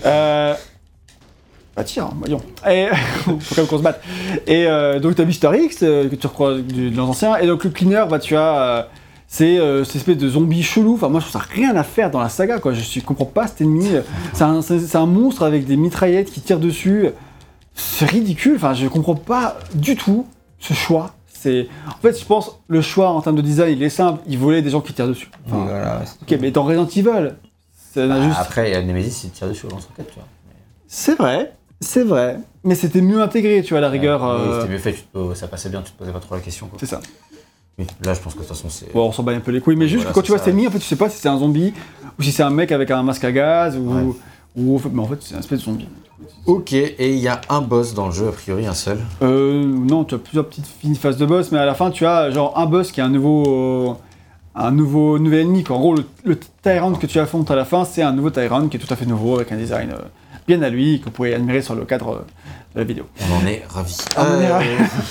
Bah tiens, voyons. Et faut quand même qu'on se batte. Et donc t'as Mister X que tu recroises dans l'ancien. Et donc le cleaner, tu as c'est cette espèce de zombie chelou. Enfin moi je trouve ça rien à faire dans la saga quoi. Je comprends pas cet ennemi. C'est un monstre avec des mitraillettes qui tirent dessus. C'est ridicule. Enfin je comprends pas du tout ce choix. En fait je pense le choix en termes de design il est simple. Il volait des gens qui tirent dessus. Enfin, Voilà. ok mais dans Resident Evil, juste... Après il y a Nemesis, il tire dessus au lance-roquette, tu vois. C'est vrai, mais c'était mieux intégré, tu vois, à la rigueur. Oui, c'était mieux fait, ça passait bien, tu te posais pas trop la question. Quoi. C'est ça. Oui, là je pense que de toute façon c'est... Bon, on s'en bat un peu les couilles, mais juste Voilà, quand tu vois ça, cet ennemi, en fait, tu sais pas si c'est un zombie, ou si c'est un mec avec un masque à gaz, mais en fait, c'est un espèce de zombie. Ok, et il y a un boss dans le jeu, a priori un seul. Non, tu as plusieurs petites phases de boss, mais à la fin, tu as genre un boss qui est un nouvel ennemi, quoi. En gros, le Tyrant que tu affrontes à la fin, c'est un nouveau Tyrant qui est tout à fait nouveau, avec un design bien à lui, que vous pouvez admirer sur le cadre de la vidéo. On en est ravis. On en est ravis. Ce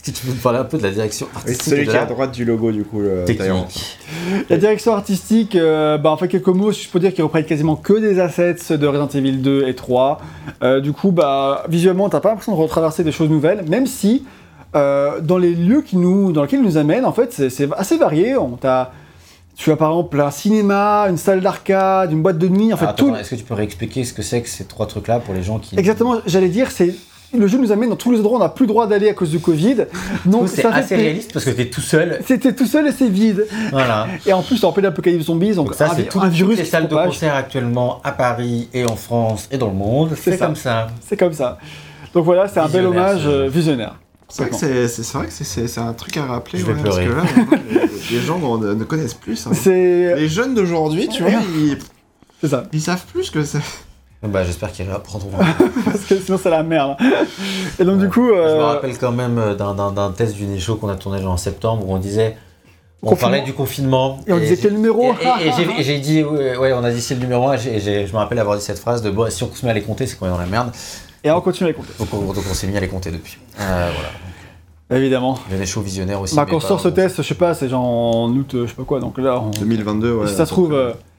Si tu peux me parler un peu de la direction Oui, artistique. c'est celui et de qui est à la droite du logo, du coup, le tailleur. technique. La direction artistique, en fait, quelques mots, je peux dire qu'ils reprennent quasiment que des assets de Resident Evil 2 et 3. Du coup, visuellement, t'as pas l'impression de retraverser des choses nouvelles, même si, dans les lieux dans lesquels ils nous amènent, en fait, c'est assez varié. Tu as par exemple un cinéma, une salle d'arcade, une boîte de nuit, en fait, tout. Est-ce que tu peux réexpliquer ce que c'est que ces 3 trucs-là pour les gens qui... Exactement, j'allais dire, le jeu nous amène dans tous les endroits où on n'a plus le droit d'aller à cause du Covid. Donc c'est assez réaliste parce que t'es tout seul. C'était tout seul et c'est vide. Voilà. Et en plus, en pleine apocalypse zombies, donc ça, c'est un virus toutes les qui salles se de propage. concert actuellement à Paris et en France et dans le monde. C'est ça. comme ça. C'est comme ça. Donc voilà, c'est un bel Visionnaire, hommage visionnaire. C'est vrai que c'est un truc à rappeler. Je vais parce pleurer. que là, maintenant, les gens ne connaissent plus. Hein. Les jeunes d'aujourd'hui, tu vois, C'est ça. ils savent plus ce que c'est. J'espère qu'ils reprendront. Parce que sinon, c'est la merde. Et donc, du coup. Je me rappelle quand même d'un test du Nez Show qu'on a tourné en septembre où on disait. On parlait du confinement. Et on disait quel numéro Et j'ai dit, ouais, on a dit c'est le numéro 1. Je me rappelle avoir dit cette phrase de bon, si on se met à les compter, c'est qu'on est dans la merde. Et on continue à les compter. Donc on s'est mis à les compter depuis. Voilà. Évidemment. Le Nez Show visionnaire aussi. Quand on sort ce test, je sais pas, c'est genre en août, je sais pas quoi. Donc là. 2022, ouais. Si ça se trouve.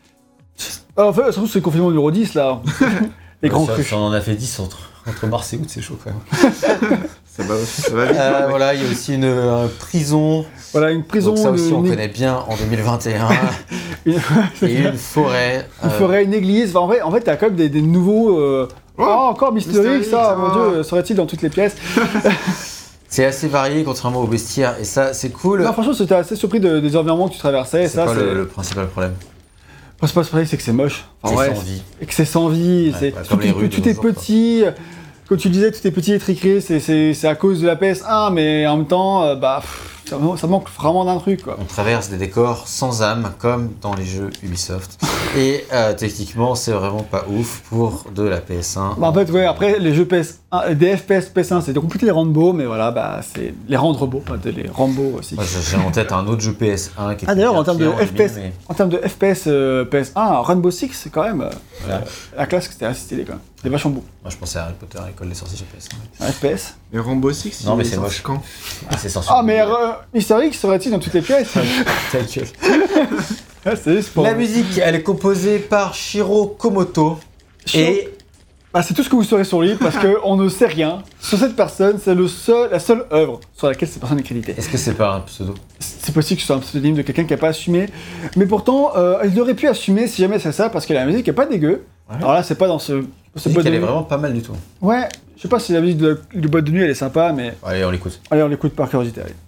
En fait, ça se trouve, c'est le confinement numéro 10 là. Les grands crus. On en a fait 10 entre mars et août, c'est chaud quand même. ça va vite. Voilà, il y a aussi une prison. Voilà, une prison. Donc ça aussi, on connaît bien en 2021. Et une forêt. Une forêt, une église. Enfin, en fait, t'as quand même des nouveaux. Encore Mystérique, ça, mon dieu, serait-il dans toutes les pièces. C'est assez varié, contrairement au bestiaire, et ça, c'est cool. Non, franchement, j'étais assez surpris des environnements que tu traversais. C'est pas le principal problème. Le principal problème, c'est que c'est moche. C'est sans vie. Et que c'est sans vie. Tout est petit. Comme tu le disais, tout est petit et triqué. C'est à cause de la PS1, mais en même temps, ça manque vraiment d'un truc, quoi. On traverse des décors sans âme, comme dans les jeux Ubisoft. Et techniquement, c'est vraiment pas ouf pour de la PS1. En fait, ouais, après, les jeux PS1, des FPS PS1, c'était compliqué de les rendre beaux, mais voilà, c'est les rendre beaux, pas de les rendre beaux aussi. Moi, j'ai en tête un autre jeu PS1 qui était d'ailleurs, en termes de FPS, mais... en termes de FPS PS1, Rainbow Six, c'est quand même la classe, c'était assez stylé quand même. C'était vachement beau. Moi, je pensais à Harry Potter, l'école des sorciers chez PS1. Un FPS. Mais Rainbow Six, non, mais c'est moche. Quand c'est sorcier. Mais Mystérique serait-il dans toutes les pièces? Ta gueule. C'est juste pour... La musique, elle est composée par Shiro Komoto. Et c'est tout ce que vous saurez sur lui parce qu'on ne sait rien sur cette personne. C'est la seule œuvre sur laquelle cette personne est créditée. Est-ce que c'est pas un pseudo? C'est possible que ce soit un pseudonyme de quelqu'un qui n'a pas assumé. Mais pourtant, il aurait pu assumer si jamais c'est ça parce que la musique est pas dégueu. Ouais. Alors là, c'est pas dans ce boîte de nuit. Elle est vraiment pas mal du tout. Ouais, je sais pas si la musique du boîte de nuit elle est sympa, mais. Allez, on l'écoute. Allez, on l'écoute par curiosité. Allez.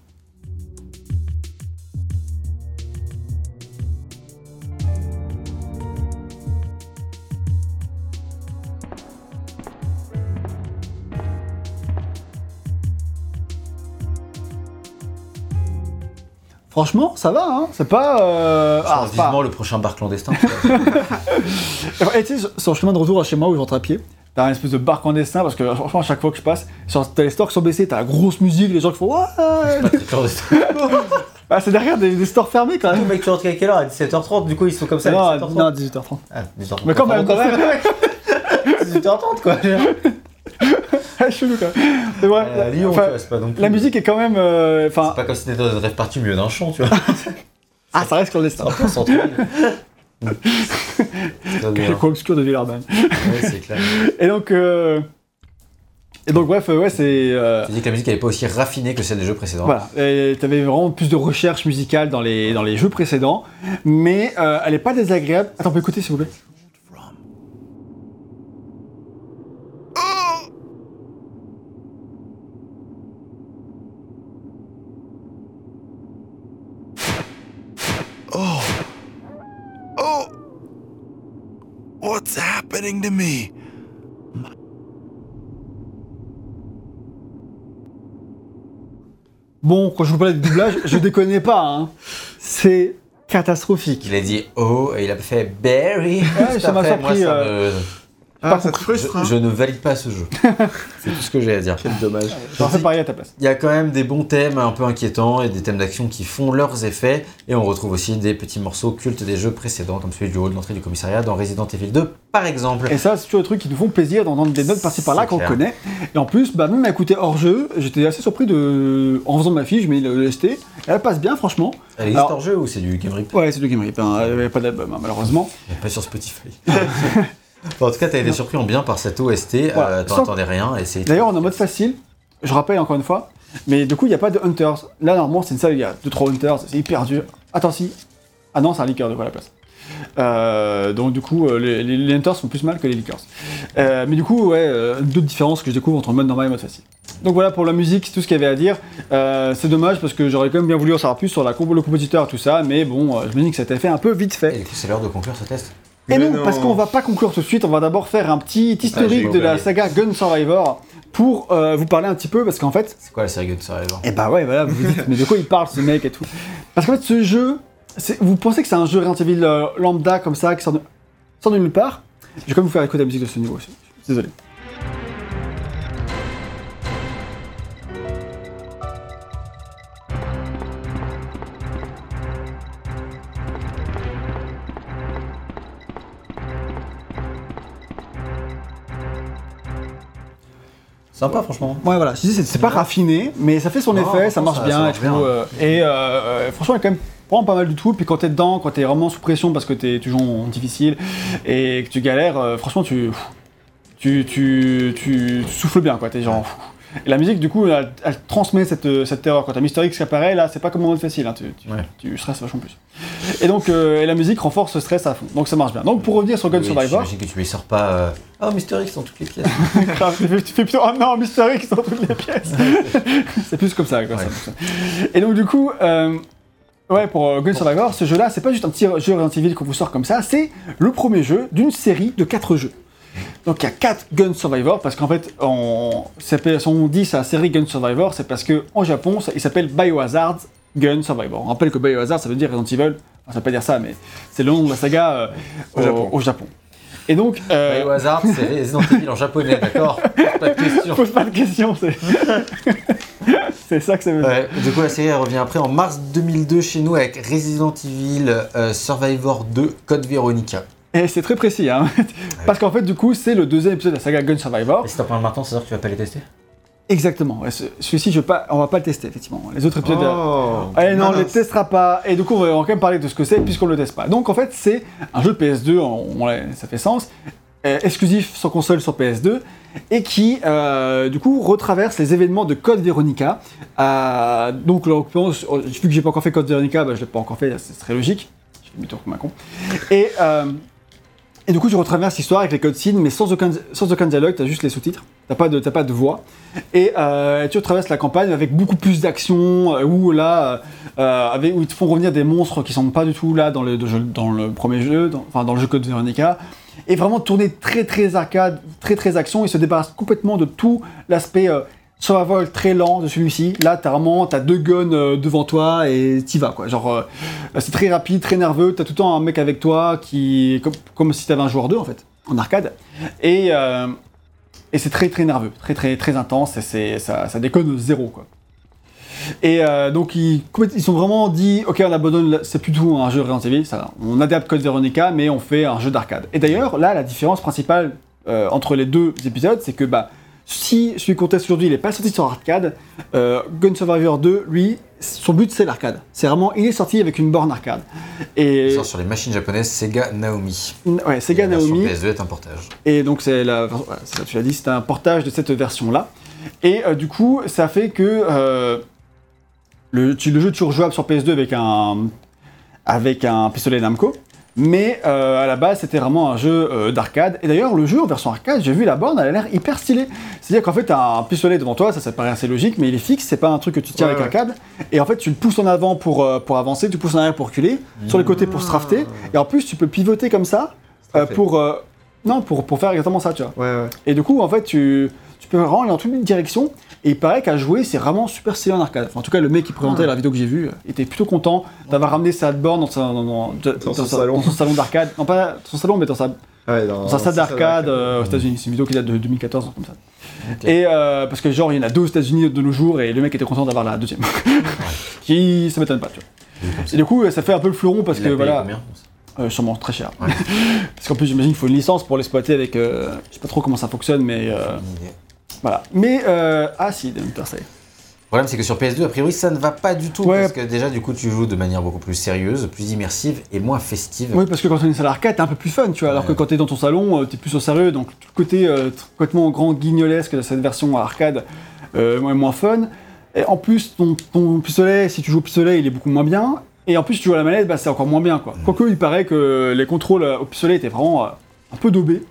Franchement, ça va, hein. C'est pas. Vivement le prochain bar clandestin. Et tu sais, sur le chemin de retour à chez moi où je rentre à pied, t'as un espèce de bar clandestin parce que franchement, à chaque fois que je passe, t'as les stores qui sont baissés, t'as la grosse musique, les gens qui font. C'est pas très clandestin. C'est derrière des stores fermés quand même. Le mec, tu rentres à quelle heure? À 17h30, du coup, ils sont comme ça à 17h30. Non, 18h30. Ah, 18h30. Mais quand même. 18h30, quoi. Chelou quand même. Mais ouais, Lyon, c'est pas non plus. La musique est quand même. C'est pas comme si t'étais dans une rêve partie au milieu d'un champ, tu vois. Ça reste clandestin. C'est un peu centre-ville. Le coin obscur de Villeurbanne. Ouais, c'est clair. Et donc, bref, ouais, c'est. Tu dis que la musique elle est pas aussi raffinée que celle des jeux précédents. Voilà, t'avais vraiment plus de recherche musicale dans les jeux précédents, mais elle est pas désagréable. Attends, on peut écouter s'il vous plaît. What's happening to me? Bon, quand je vous parlais de doublage, je déconne pas, hein. C'est catastrophique. Il a dit oh et il a fait Barry. Ouais, ça m'a surpris. Ah, ça te frustre, hein. Je ne valide pas ce jeu. C'est tout ce que j'ai à dire. Quel dommage. J'aurais fait pareil à ta place. Il y a quand même des bons thèmes un peu inquiétants et des thèmes d'action qui font leurs effets. Et on retrouve aussi des petits morceaux cultes des jeux précédents, comme celui du hall d'entrée du commissariat dans Resident Evil 2, par exemple. Et ça, c'est toujours des trucs qui nous font plaisir d'entendre des notes par-ci par-là C'est qu'on clair. connaît. Et en plus, bah, même à écouter hors jeu, j'étais assez surpris de. En faisant ma fiche, je mets le ST. Elle passe bien, franchement. Elle existe Alors- hors jeu ou c'est du Game Rip? Ouais, c'est du Game Rip, hein. Il n'y avait pas d'album, hein, malheureusement. Pas sur Spotify. Bon, en tout cas, t'as été surpris en bien par cette OST. Voilà. T'en Sans- attendais rien. Et c'est... D'ailleurs, on est en mode facile, je rappelle encore une fois, mais du coup, il n'y a pas de Hunters. Là, normalement, c'est une salle, il y a 2-3 Hunters, c'est hyper dur. Attends, si. Ah non, c'est un liqueur de quoi à la place. Donc, du coup, les Hunters font plus mal que les liqueurs. Mais du coup, ouais, d'autres différences que je découvre entre le mode normal et le mode facile. Donc voilà pour la musique, c'est tout ce qu'il y avait à dire. C'est dommage parce que j'aurais quand même bien voulu en savoir plus sur le compositeur et tout ça, mais bon, je me dis que ça t'a fait un peu vite fait. Et c'est l'heure de conclure ce test. Et Mais non, non. parce qu'on va pas conclure tout de suite, on va d'abord faire un petit historique j'ai de la oublié. saga Gun Survivor pour vous parler un petit peu, parce qu'en fait, C'est quoi la série Gun Survivor? et bah ouais, voilà, vous vous dites, mais de quoi il parle ce mec et tout. Parce qu'en fait, ce jeu, vous pensez que c'est un jeu Resident Evil lambda comme ça, qui sort de nulle part? Je vais quand même vous faire écouter la musique de ce niveau aussi. Désolé. Sympa, franchement. Ouais, voilà, je dis, c'est pas raffiné, mais ça fait son Non, effet, ça franchement, marche ça bien marche et tout. bien. Franchement, il y a quand même vraiment pas mal du tout. Puis quand t'es dedans, quand t'es vraiment sous pression parce que t'es toujours en difficile et que tu galères, franchement, tu souffles bien, quoi. T'es genre. Et la musique, du coup, elle transmet cette terreur. Quand t'as Mister X qui apparaît, là, c'est pas comme en mode facile, hein, Ouais. tu stresses vachement plus. Et donc, et la musique renforce ce stress à fond. Donc ça marche bien. Donc pour revenir sur Gun Oui, Survivor. j'imagine que tu lui sors pas. Oh, Mister X dans toutes les pièces. Grave, tu fais plutôt oh non, Mister X dans toutes les pièces. C'est plus comme ça, quoi. Ouais. Ça fonctionne. Et donc du coup, ouais, pour Gun Survivor, ce jeu-là, c'est pas juste un petit jeu Resident Evil qu'on vous sort comme ça, c'est le premier jeu d'une série de 4 jeux. Donc il y a 4 Gun Survivor, parce qu'en fait, on dit c'est la série Gun Survivor, c'est parce qu'en Japon, il s'appelle Biohazard Gun Survivor. On rappelle que Biohazard, ça veut dire Resident Evil, enfin, ça veut pas dire ça, mais c'est le nom de la saga au Japon. Et donc... Et au hasard, c'est Resident Evil en japonais, d'accord? Pas de question. Pose pas de questions, c'est... c'est ça que ça veut dire. Ouais, du coup, la série elle revient après en mars 2002 chez nous avec Resident Evil Survivor 2 Code Veronica. Et c'est très précis, hein. Parce qu'en fait, du coup, c'est le deuxième épisode de la saga Gun Survivor. Et si t'en parles maintenant, c'est-à-dire que tu vas pas les tester? Exactement. Ouais, celui-ci, on va pas le tester, effectivement. Les autres épisodes... Oh, Allez, non, on mince. les testera pas. Et du coup, on va quand même parler de ce que c'est, puisqu'on le teste pas. Donc, en fait, c'est un jeu de PS2, ça fait sens, exclusif sur console sur PS2, et qui, du coup, retraverse les événements de Code Veronica. Donc, en l'occurrence, vu que j'ai pas encore fait Code Veronica, bah, je l'ai pas encore fait, ce serait logique. Je fais demi-tour comme un con. Et du coup, tu retraverses l'histoire avec les cutscenes, mais sans aucun dialogue, t'as juste les sous-titres, t'as pas de voix. Et tu retraverses la campagne avec beaucoup plus d'action, où là, où ils te font revenir des monstres qui sont pas du tout là dans le premier jeu, dans le jeu Code Veronica. Et vraiment tourner très très arcade, très très action, ils se débarrassent complètement de tout l'aspect survival très lent de celui-ci. Là, t'as 2 guns devant toi et t'y vas, quoi. Genre, c'est très rapide, très nerveux. T'as tout le temps un mec avec toi comme si t'avais un joueur 2 en fait, en arcade. Et c'est très très nerveux, très très très intense. Et ça déconne zéro, quoi. Et donc ils sont vraiment dit, ok, on abandonne, c'est plus tout un jeu Resident Evil, on adapte Code Veronica, mais on fait un jeu d'arcade. Et d'ailleurs, là, la différence principale entre les deux épisodes, c'est que si celui qu'on teste aujourd'hui, il est pas sorti sur arcade, Gun Survivor 2, lui, son but c'est l'arcade. C'est vraiment, il est sorti avec une borne arcade. Et Il sort sur les machines japonaises Sega Naomi. ouais, Sega Et la version Naomi. PS2 est un portage. Et donc c'est c'est ça, tu l'as dit, c'est un portage de cette version-là. Et du coup, ça fait que le jeu est toujours jouable sur PS2 avec un pistolet Namco. Mais à la base, c'était vraiment un jeu d'arcade. Et d'ailleurs, le jeu en version arcade, j'ai vu la borne, elle a l'air hyper stylée. C'est-à-dire qu'en fait, t'as un pistolet devant toi, ça paraît assez logique, mais il est fixe, c'est pas un truc que tu tiens avec un câble. Et en fait, tu le pousses en avant pour avancer, tu pousses en arrière pour reculer, sur les côtés pour se drafter. Et en plus, tu peux pivoter comme ça pour faire exactement ça, tu vois. Ouais. Et du coup, en fait, tu tu peux vraiment aller dans toutes les directions. Et il paraît qu'à jouer, c'est vraiment super stylé en arcade. Enfin, en tout cas, le mec qui présentait la vidéo que j'ai vue était plutôt content d'avoir ramené sa borne dans son salon d'arcade. Non, pas son salon, mais dans sa salle d'arcade aux États-Unis. C'est une vidéo qui date de 2014, comme ça. Okay. Et parce que genre, il y en a 2 aux États-Unis de nos jours, et le mec était content d'avoir la deuxième. Qui, ça m'étonne pas, tu vois. Et du coup, ça fait un peu le fleuron parce que voilà. Sûrement très cher. Ouais. Parce qu'en plus, j'imagine qu'il faut une licence pour l'exploiter avec. Je sais pas trop comment ça fonctionne, mais. Voilà. Mais. Si, ça y est. Le problème, c'est que sur PS2, a priori, ça ne va pas du tout. Parce que déjà, du coup, tu joues de manière beaucoup plus sérieuse, plus immersive et moins festive. Oui, parce que quand tu es une salle arcade, t'es un peu plus fun, tu vois. Alors que quand t'es dans ton salon, t'es plus au sérieux. Donc, tout le côté complètement grand guignolesque de cette version arcade est moins fun. Et en plus, ton pistolet, si tu joues au pistolet, il est beaucoup moins bien. Et en plus, si tu joues à la manette, c'est encore moins bien, quoi. Quoique, il paraît que les contrôles au pistolet étaient vraiment un peu daubés.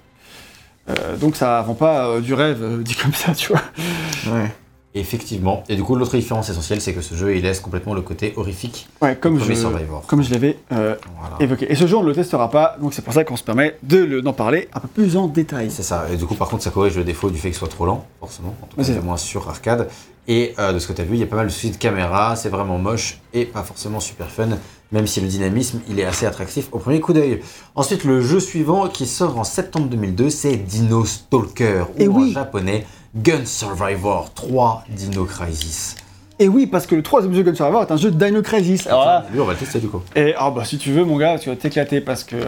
Donc, ça vend pas du rêve, dit comme ça, tu vois. Ouais. Effectivement. Et du coup, l'autre différence essentielle, c'est que ce jeu, il laisse complètement le côté horrifique. Ouais, comme je l'avais évoqué. Et ce jeu, on ne le testera pas, donc c'est pour ça qu'on se permet d'en parler un peu plus en détail. C'est ça. Et du coup, par contre, ça corrige le défaut du fait qu'il soit trop lent, forcément. En tout cas, c'est moins sur arcade. Et de ce que tu as vu, il y a pas mal de soucis de caméra, c'est vraiment moche et pas forcément super fun, même si le dynamisme, il est assez attractif au premier coup d'œil. Ensuite, le jeu suivant qui sort en septembre 2002, c'est Dino Stalker, ou en japonais, Gun Survivor 3 Dino Crisis. Et oui, parce que le troisième jeu Gun Survivor est un jeu de Dino Crisis. Alors là, lui, on va le tester du coup. Et si tu veux, mon gars, tu vas t'éclater parce que.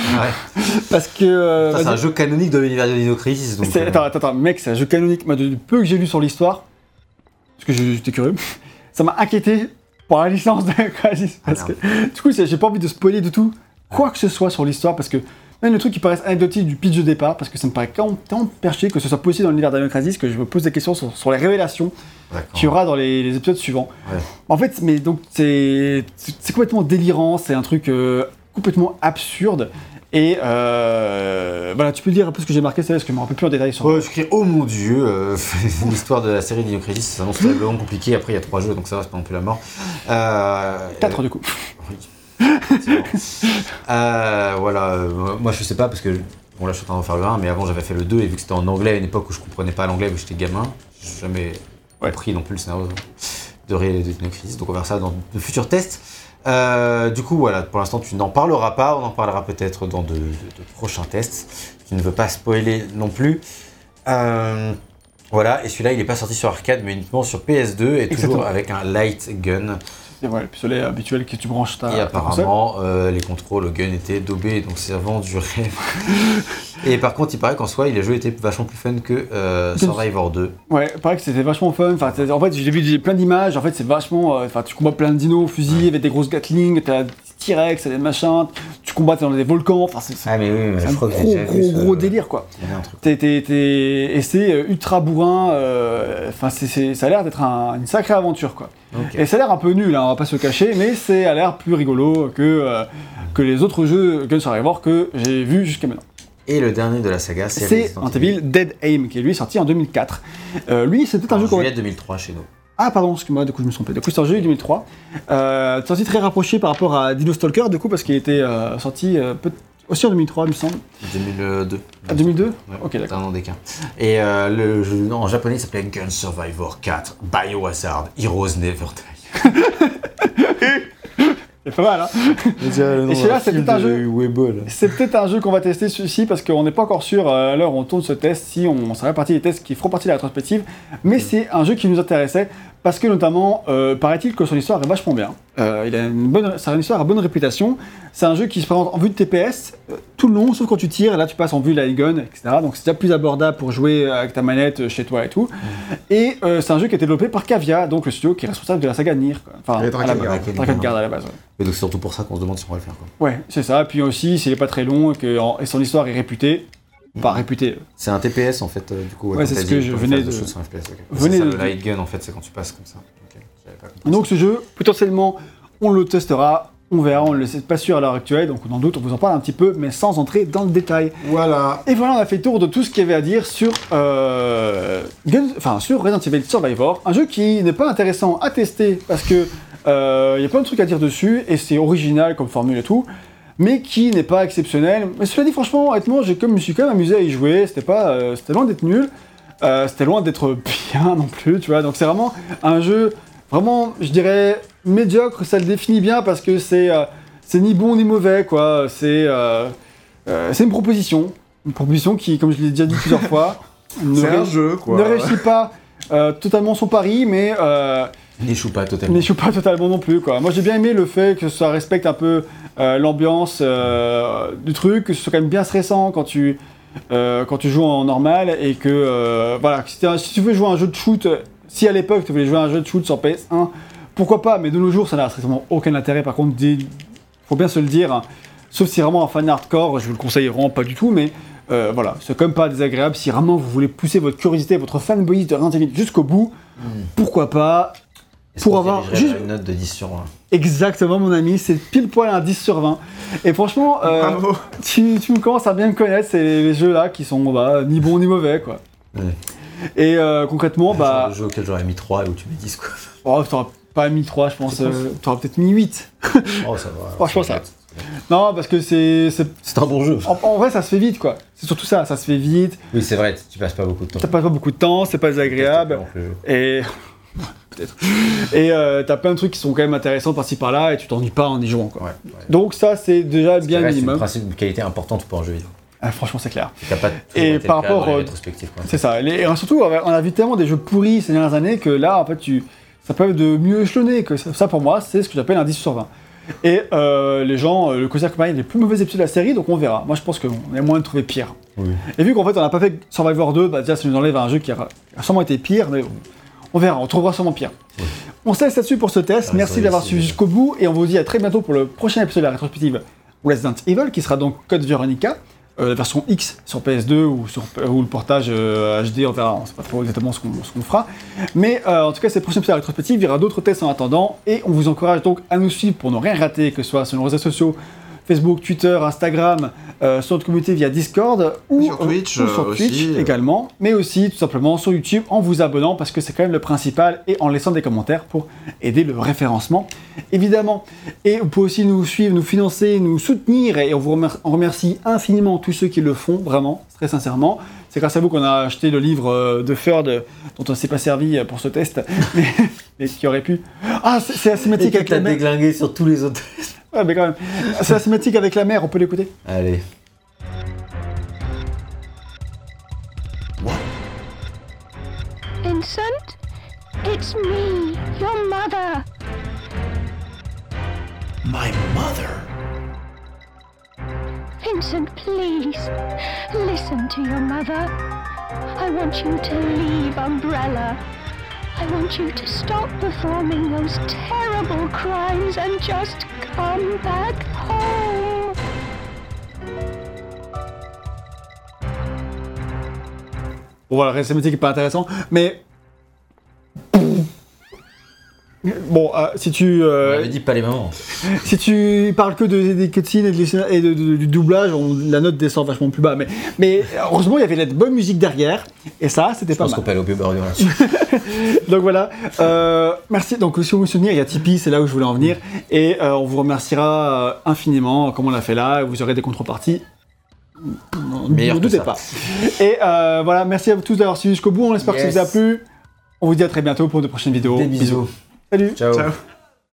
Parce que. Ça, c'est un jeu canonique de l'univers de Dino Crisis. Donc, Attends, mec, c'est un jeu canonique. Moi, du peu que j'ai lu sur l'histoire, parce que j'étais curieux, ça m'a inquiété pour la licence de Crisis. Parce que, du coup, j'ai pas envie de spoiler du tout quoi que ce soit sur l'histoire, parce que. Même le truc qui paraît anecdotique du pitch de départ, parce que ça me paraît tellement perché que ce soit possible dans l'univers d'Dino Crisis que je me pose des questions sur les révélations qu'il y aura dans les épisodes suivants. Ouais. En fait, mais donc c'est complètement délirant, c'est un truc complètement absurde. Et voilà, tu peux dire un peu ce que j'ai marqué, c'est parce que je me rappelle plus en détail sur. Ouais, je crie oh mon dieu, l'histoire de la série Dino Crisis, ça s'annonce vraiment compliqué. Après, il y a 3 jeux, donc ça va, c'est pas non plus la mort. 4 du coup. Oui. Voilà, moi je sais pas parce que bon là je suis en train de faire le 1 mais avant j'avais fait le 2 et vu que c'était en anglais à une époque où je comprenais pas l'anglais vu que j'étais gamin, j'ai jamais compris non plus le scénario de Dino Crisis, donc on verra ça dans de futurs tests. Du coup voilà, pour l'instant tu n'en parleras pas, on en parlera peut-être dans de prochains tests, tu ne veux pas spoiler non plus. Voilà, et celui-là il est pas sorti sur arcade mais uniquement sur PS2 et toujours avec un light gun. C'est vrai, le pistolet habituel que tu branches ta. Et apparemment, les contrôles au gun étaient daubés, donc c'est vraiment du rêve. Et par contre, il paraît qu'en soi, le jeu était vachement plus fun que Survivor 2. Ouais, il paraît que c'était vachement fun. Enfin, en fait, j'ai vu plein d'images. En fait, c'est vachement. Tu combats plein de dinos, fusils, avec des grosses Gatling, t'as des T-Rex, des machins. Tu combats dans des volcans. Enfin, c'est un gros délire, quoi. Et c'est ultra bourrin. Enfin, ça a l'air d'être une sacrée aventure, quoi. Okay. Et ça a l'air un peu nul, hein, on va pas se cacher, mais ça a l'air plus rigolo que les autres jeux Gun Survivor que j'ai vus jusqu'à maintenant. Et le dernier de la saga, c'est Resident Evil Dead Aim, qui est lui sorti en 2004. Lui, c'est peut-être un jeu juillet 2003 chez nous. Ah pardon, excuse-moi, du coup je me suis trompé. Du coup c'est en juillet 2003. Sorti très rapproché par rapport à Dino Stalker, du coup, parce qu'il était sorti aussi en 2003, il me semble. 2002. Ah, 2002 ouais, ok, d'accord. C'est un an d'écart. Et le jeu en japonais il s'appelait Gun Survivor 4 Biohazard Heroes Never Die. C'est pas mal, hein. Et celui-là, c'est peut-être un jeu. C'est peut-être un jeu qu'on va tester celui-ci parce qu'on n'est pas encore sûr à l'heure où on tourne ce test si on serait partie des tests qui feront partie de la rétrospective. Mais c'est un jeu qui nous intéressait parce que notamment, paraît-il que son histoire est vachement bien. C'est une histoire à bonne réputation. C'est un jeu qui se présente en vue de TPS tout le long, sauf quand tu tires. Et là, tu passes en vue de la gun, etc. Donc c'est déjà plus abordable pour jouer avec ta manette chez toi et tout. Et c'est un jeu qui a été développé par Cavia, donc le studio qui est responsable de la saga Nier. Enfin, Dragon Guard à la base. Ouais. Et donc c'est surtout pour ça qu'on se demande si on va le faire, quoi. Ouais, c'est ça. Puis aussi, s'il est pas très long et son histoire est réputée. Pas réputé. C'est un TPS en fait, du coup. Ouais, c'est ce que je venais de. Le light gun en fait, c'est quand tu passes comme ça. Okay. Donc ce jeu, potentiellement, on le testera, on verra, on ne le sait pas sûr à l'heure actuelle, donc on en doute, on vous en parle un petit peu, mais sans entrer dans le détail. Voilà. Et voilà, on a fait le tour de tout ce qu'il y avait à dire sur sur Resident Evil Survivor, un jeu qui n'est pas intéressant à tester parce que y a plein de trucs à dire dessus et c'est original comme formule et tout. Mais qui n'est pas exceptionnel. Mais cela dit, franchement, honnêtement, je me suis quand même amusé à y jouer, c'était loin d'être nul. c'était loin d'être bien non plus, tu vois. Donc c'est vraiment un jeu, vraiment, je dirais, médiocre, ça le définit bien parce que c'est ni bon ni mauvais, quoi. C'est une proposition qui, comme je l'ai déjà dit plusieurs fois, C'est un jeu, quoi. ne réussit pas totalement son pari, mais N'échoue pas totalement. non plus, quoi. Moi j'ai bien aimé le fait que ça respecte un peu l'ambiance du truc, que ce soit quand même bien stressant quand tu joues en normal et que voilà, si tu veux jouer à un jeu de shoot, si à l'époque tu voulais jouer à un jeu de shoot sur PS1, pourquoi pas, mais de nos jours ça n'a strictement aucun intérêt. Par contre, faut bien se le dire, hein, sauf si vraiment un fan hardcore, je vous le conseille vraiment pas du tout, mais voilà, c'est quand même pas désagréable. Si vraiment vous voulez pousser votre curiosité, votre fanboyisme de Resident Evil jusqu'au bout, pourquoi pas. Pour avoir juste une note de 10 sur 20. Exactement, mon ami, c'est pile poil un 10 sur 20. Et franchement, Bravo. tu me commences à bien me connaître, c'est les jeux là qui sont ni bons ni mauvais, quoi. Ouais. Et concrètement, Le jeu auquel j'aurais mis 3 et où tu mets 10, quoi. Oh, t'auras pas mis 3, je pense. T'auras peut-être mis 8. Oh, ça va. Franchement, ça. Non, parce que c'est C'est un bon jeu. en vrai, ça se fait vite, quoi. C'est surtout ça se fait vite. Oui, c'est vrai, tu passes pas beaucoup de temps. T'as pas beaucoup de temps, c'est pas désagréable. Et. Peut-être. Et t'as plein de trucs qui sont quand même intéressants par-ci par-là et tu t'ennuies pas en y jouant, quoi. Ouais. Donc, ça, c'est déjà bien C'est minimum. un principe de qualité importante pour un jeu vidéo. Ah, franchement, c'est clair. T'as pas Et par rapport rétrospective, quoi. c'est ça. Et surtout, on a vu tellement des jeux pourris ces dernières années que là, en fait, ça peut de mieux échelonner. Que ça, pour moi, c'est ce que j'appelle un 10 sur 20. Et les gens, le Cosia Company, les plus mauvais épisodes de la série, donc on verra. Moi, je pense qu'on a moyen de trouver pire. Oui. Et vu qu'en fait, on n'a pas fait Survivor 2, bah déjà, ça nous enlève un jeu qui a sûrement été pire, mais on verra, on trouvera sûrement pire. Oui. On se laisse là-dessus pour ce test. Merci d'avoir suivi jusqu'au bout, et on vous dit à très bientôt pour le prochain épisode de la rétrospective Resident Evil, qui sera donc Code Veronica. La version X sur PS2 ou le portage HD, on verra, on ne sait pas trop exactement ce qu'on fera. Mais en tout cas, c'est le prochain épisode de la rétrospective, il y aura d'autres tests en attendant, et on vous encourage donc à nous suivre pour ne rien rater, que ce soit sur nos réseaux sociaux, Facebook, Twitter, Instagram, sur notre communauté via Discord, ou sur Twitch, aussi, également, mais aussi tout simplement sur YouTube en vous abonnant, parce que c'est quand même le principal, et en laissant des commentaires pour aider le référencement, évidemment. Et vous pouvez aussi nous suivre, nous financer, nous soutenir, et on vous remercie infiniment tous ceux qui le font, vraiment, très sincèrement. C'est grâce à vous qu'on a acheté le livre de Ferd, dont on ne s'est pas servi pour ce test, mais qui aurait pu... Ah, c'est asymétrique avec la mer. Déglingué sur tous les autres tests. Ouais, mais quand même. C'est asymétrique avec la mer, on peut l'écouter. Allez. Vincent, it's me, your mother. My mother? Vincent, please, listen to your mother. I want you to leave Umbrella. I want you to stop performing those terrible crimes and just come back home. Bon, voilà, la thématique est pas intéressant, mais... Bon, si tu... On avait dit pas les moments. Si tu parles que des cutscenes et du doublage, la note descend vachement plus bas. Mais heureusement, il y avait de la bonne musique derrière, et ça, c'était pas mal. Je pense qu'on peut aller au Bubble là-dessus. Donc voilà, merci. Donc si vous vous souvenez, il y a Tipeee, c'est là où je voulais en venir, et on vous remerciera infiniment, comme on l'a fait là, vous aurez des contreparties. Ne doutez pas. Et voilà, merci à vous tous d'avoir suivi jusqu'au bout, on espère que ça vous a plu. On vous dit à très bientôt pour de prochaines vidéos. Des bisous. Salut. Ciao. Ciao.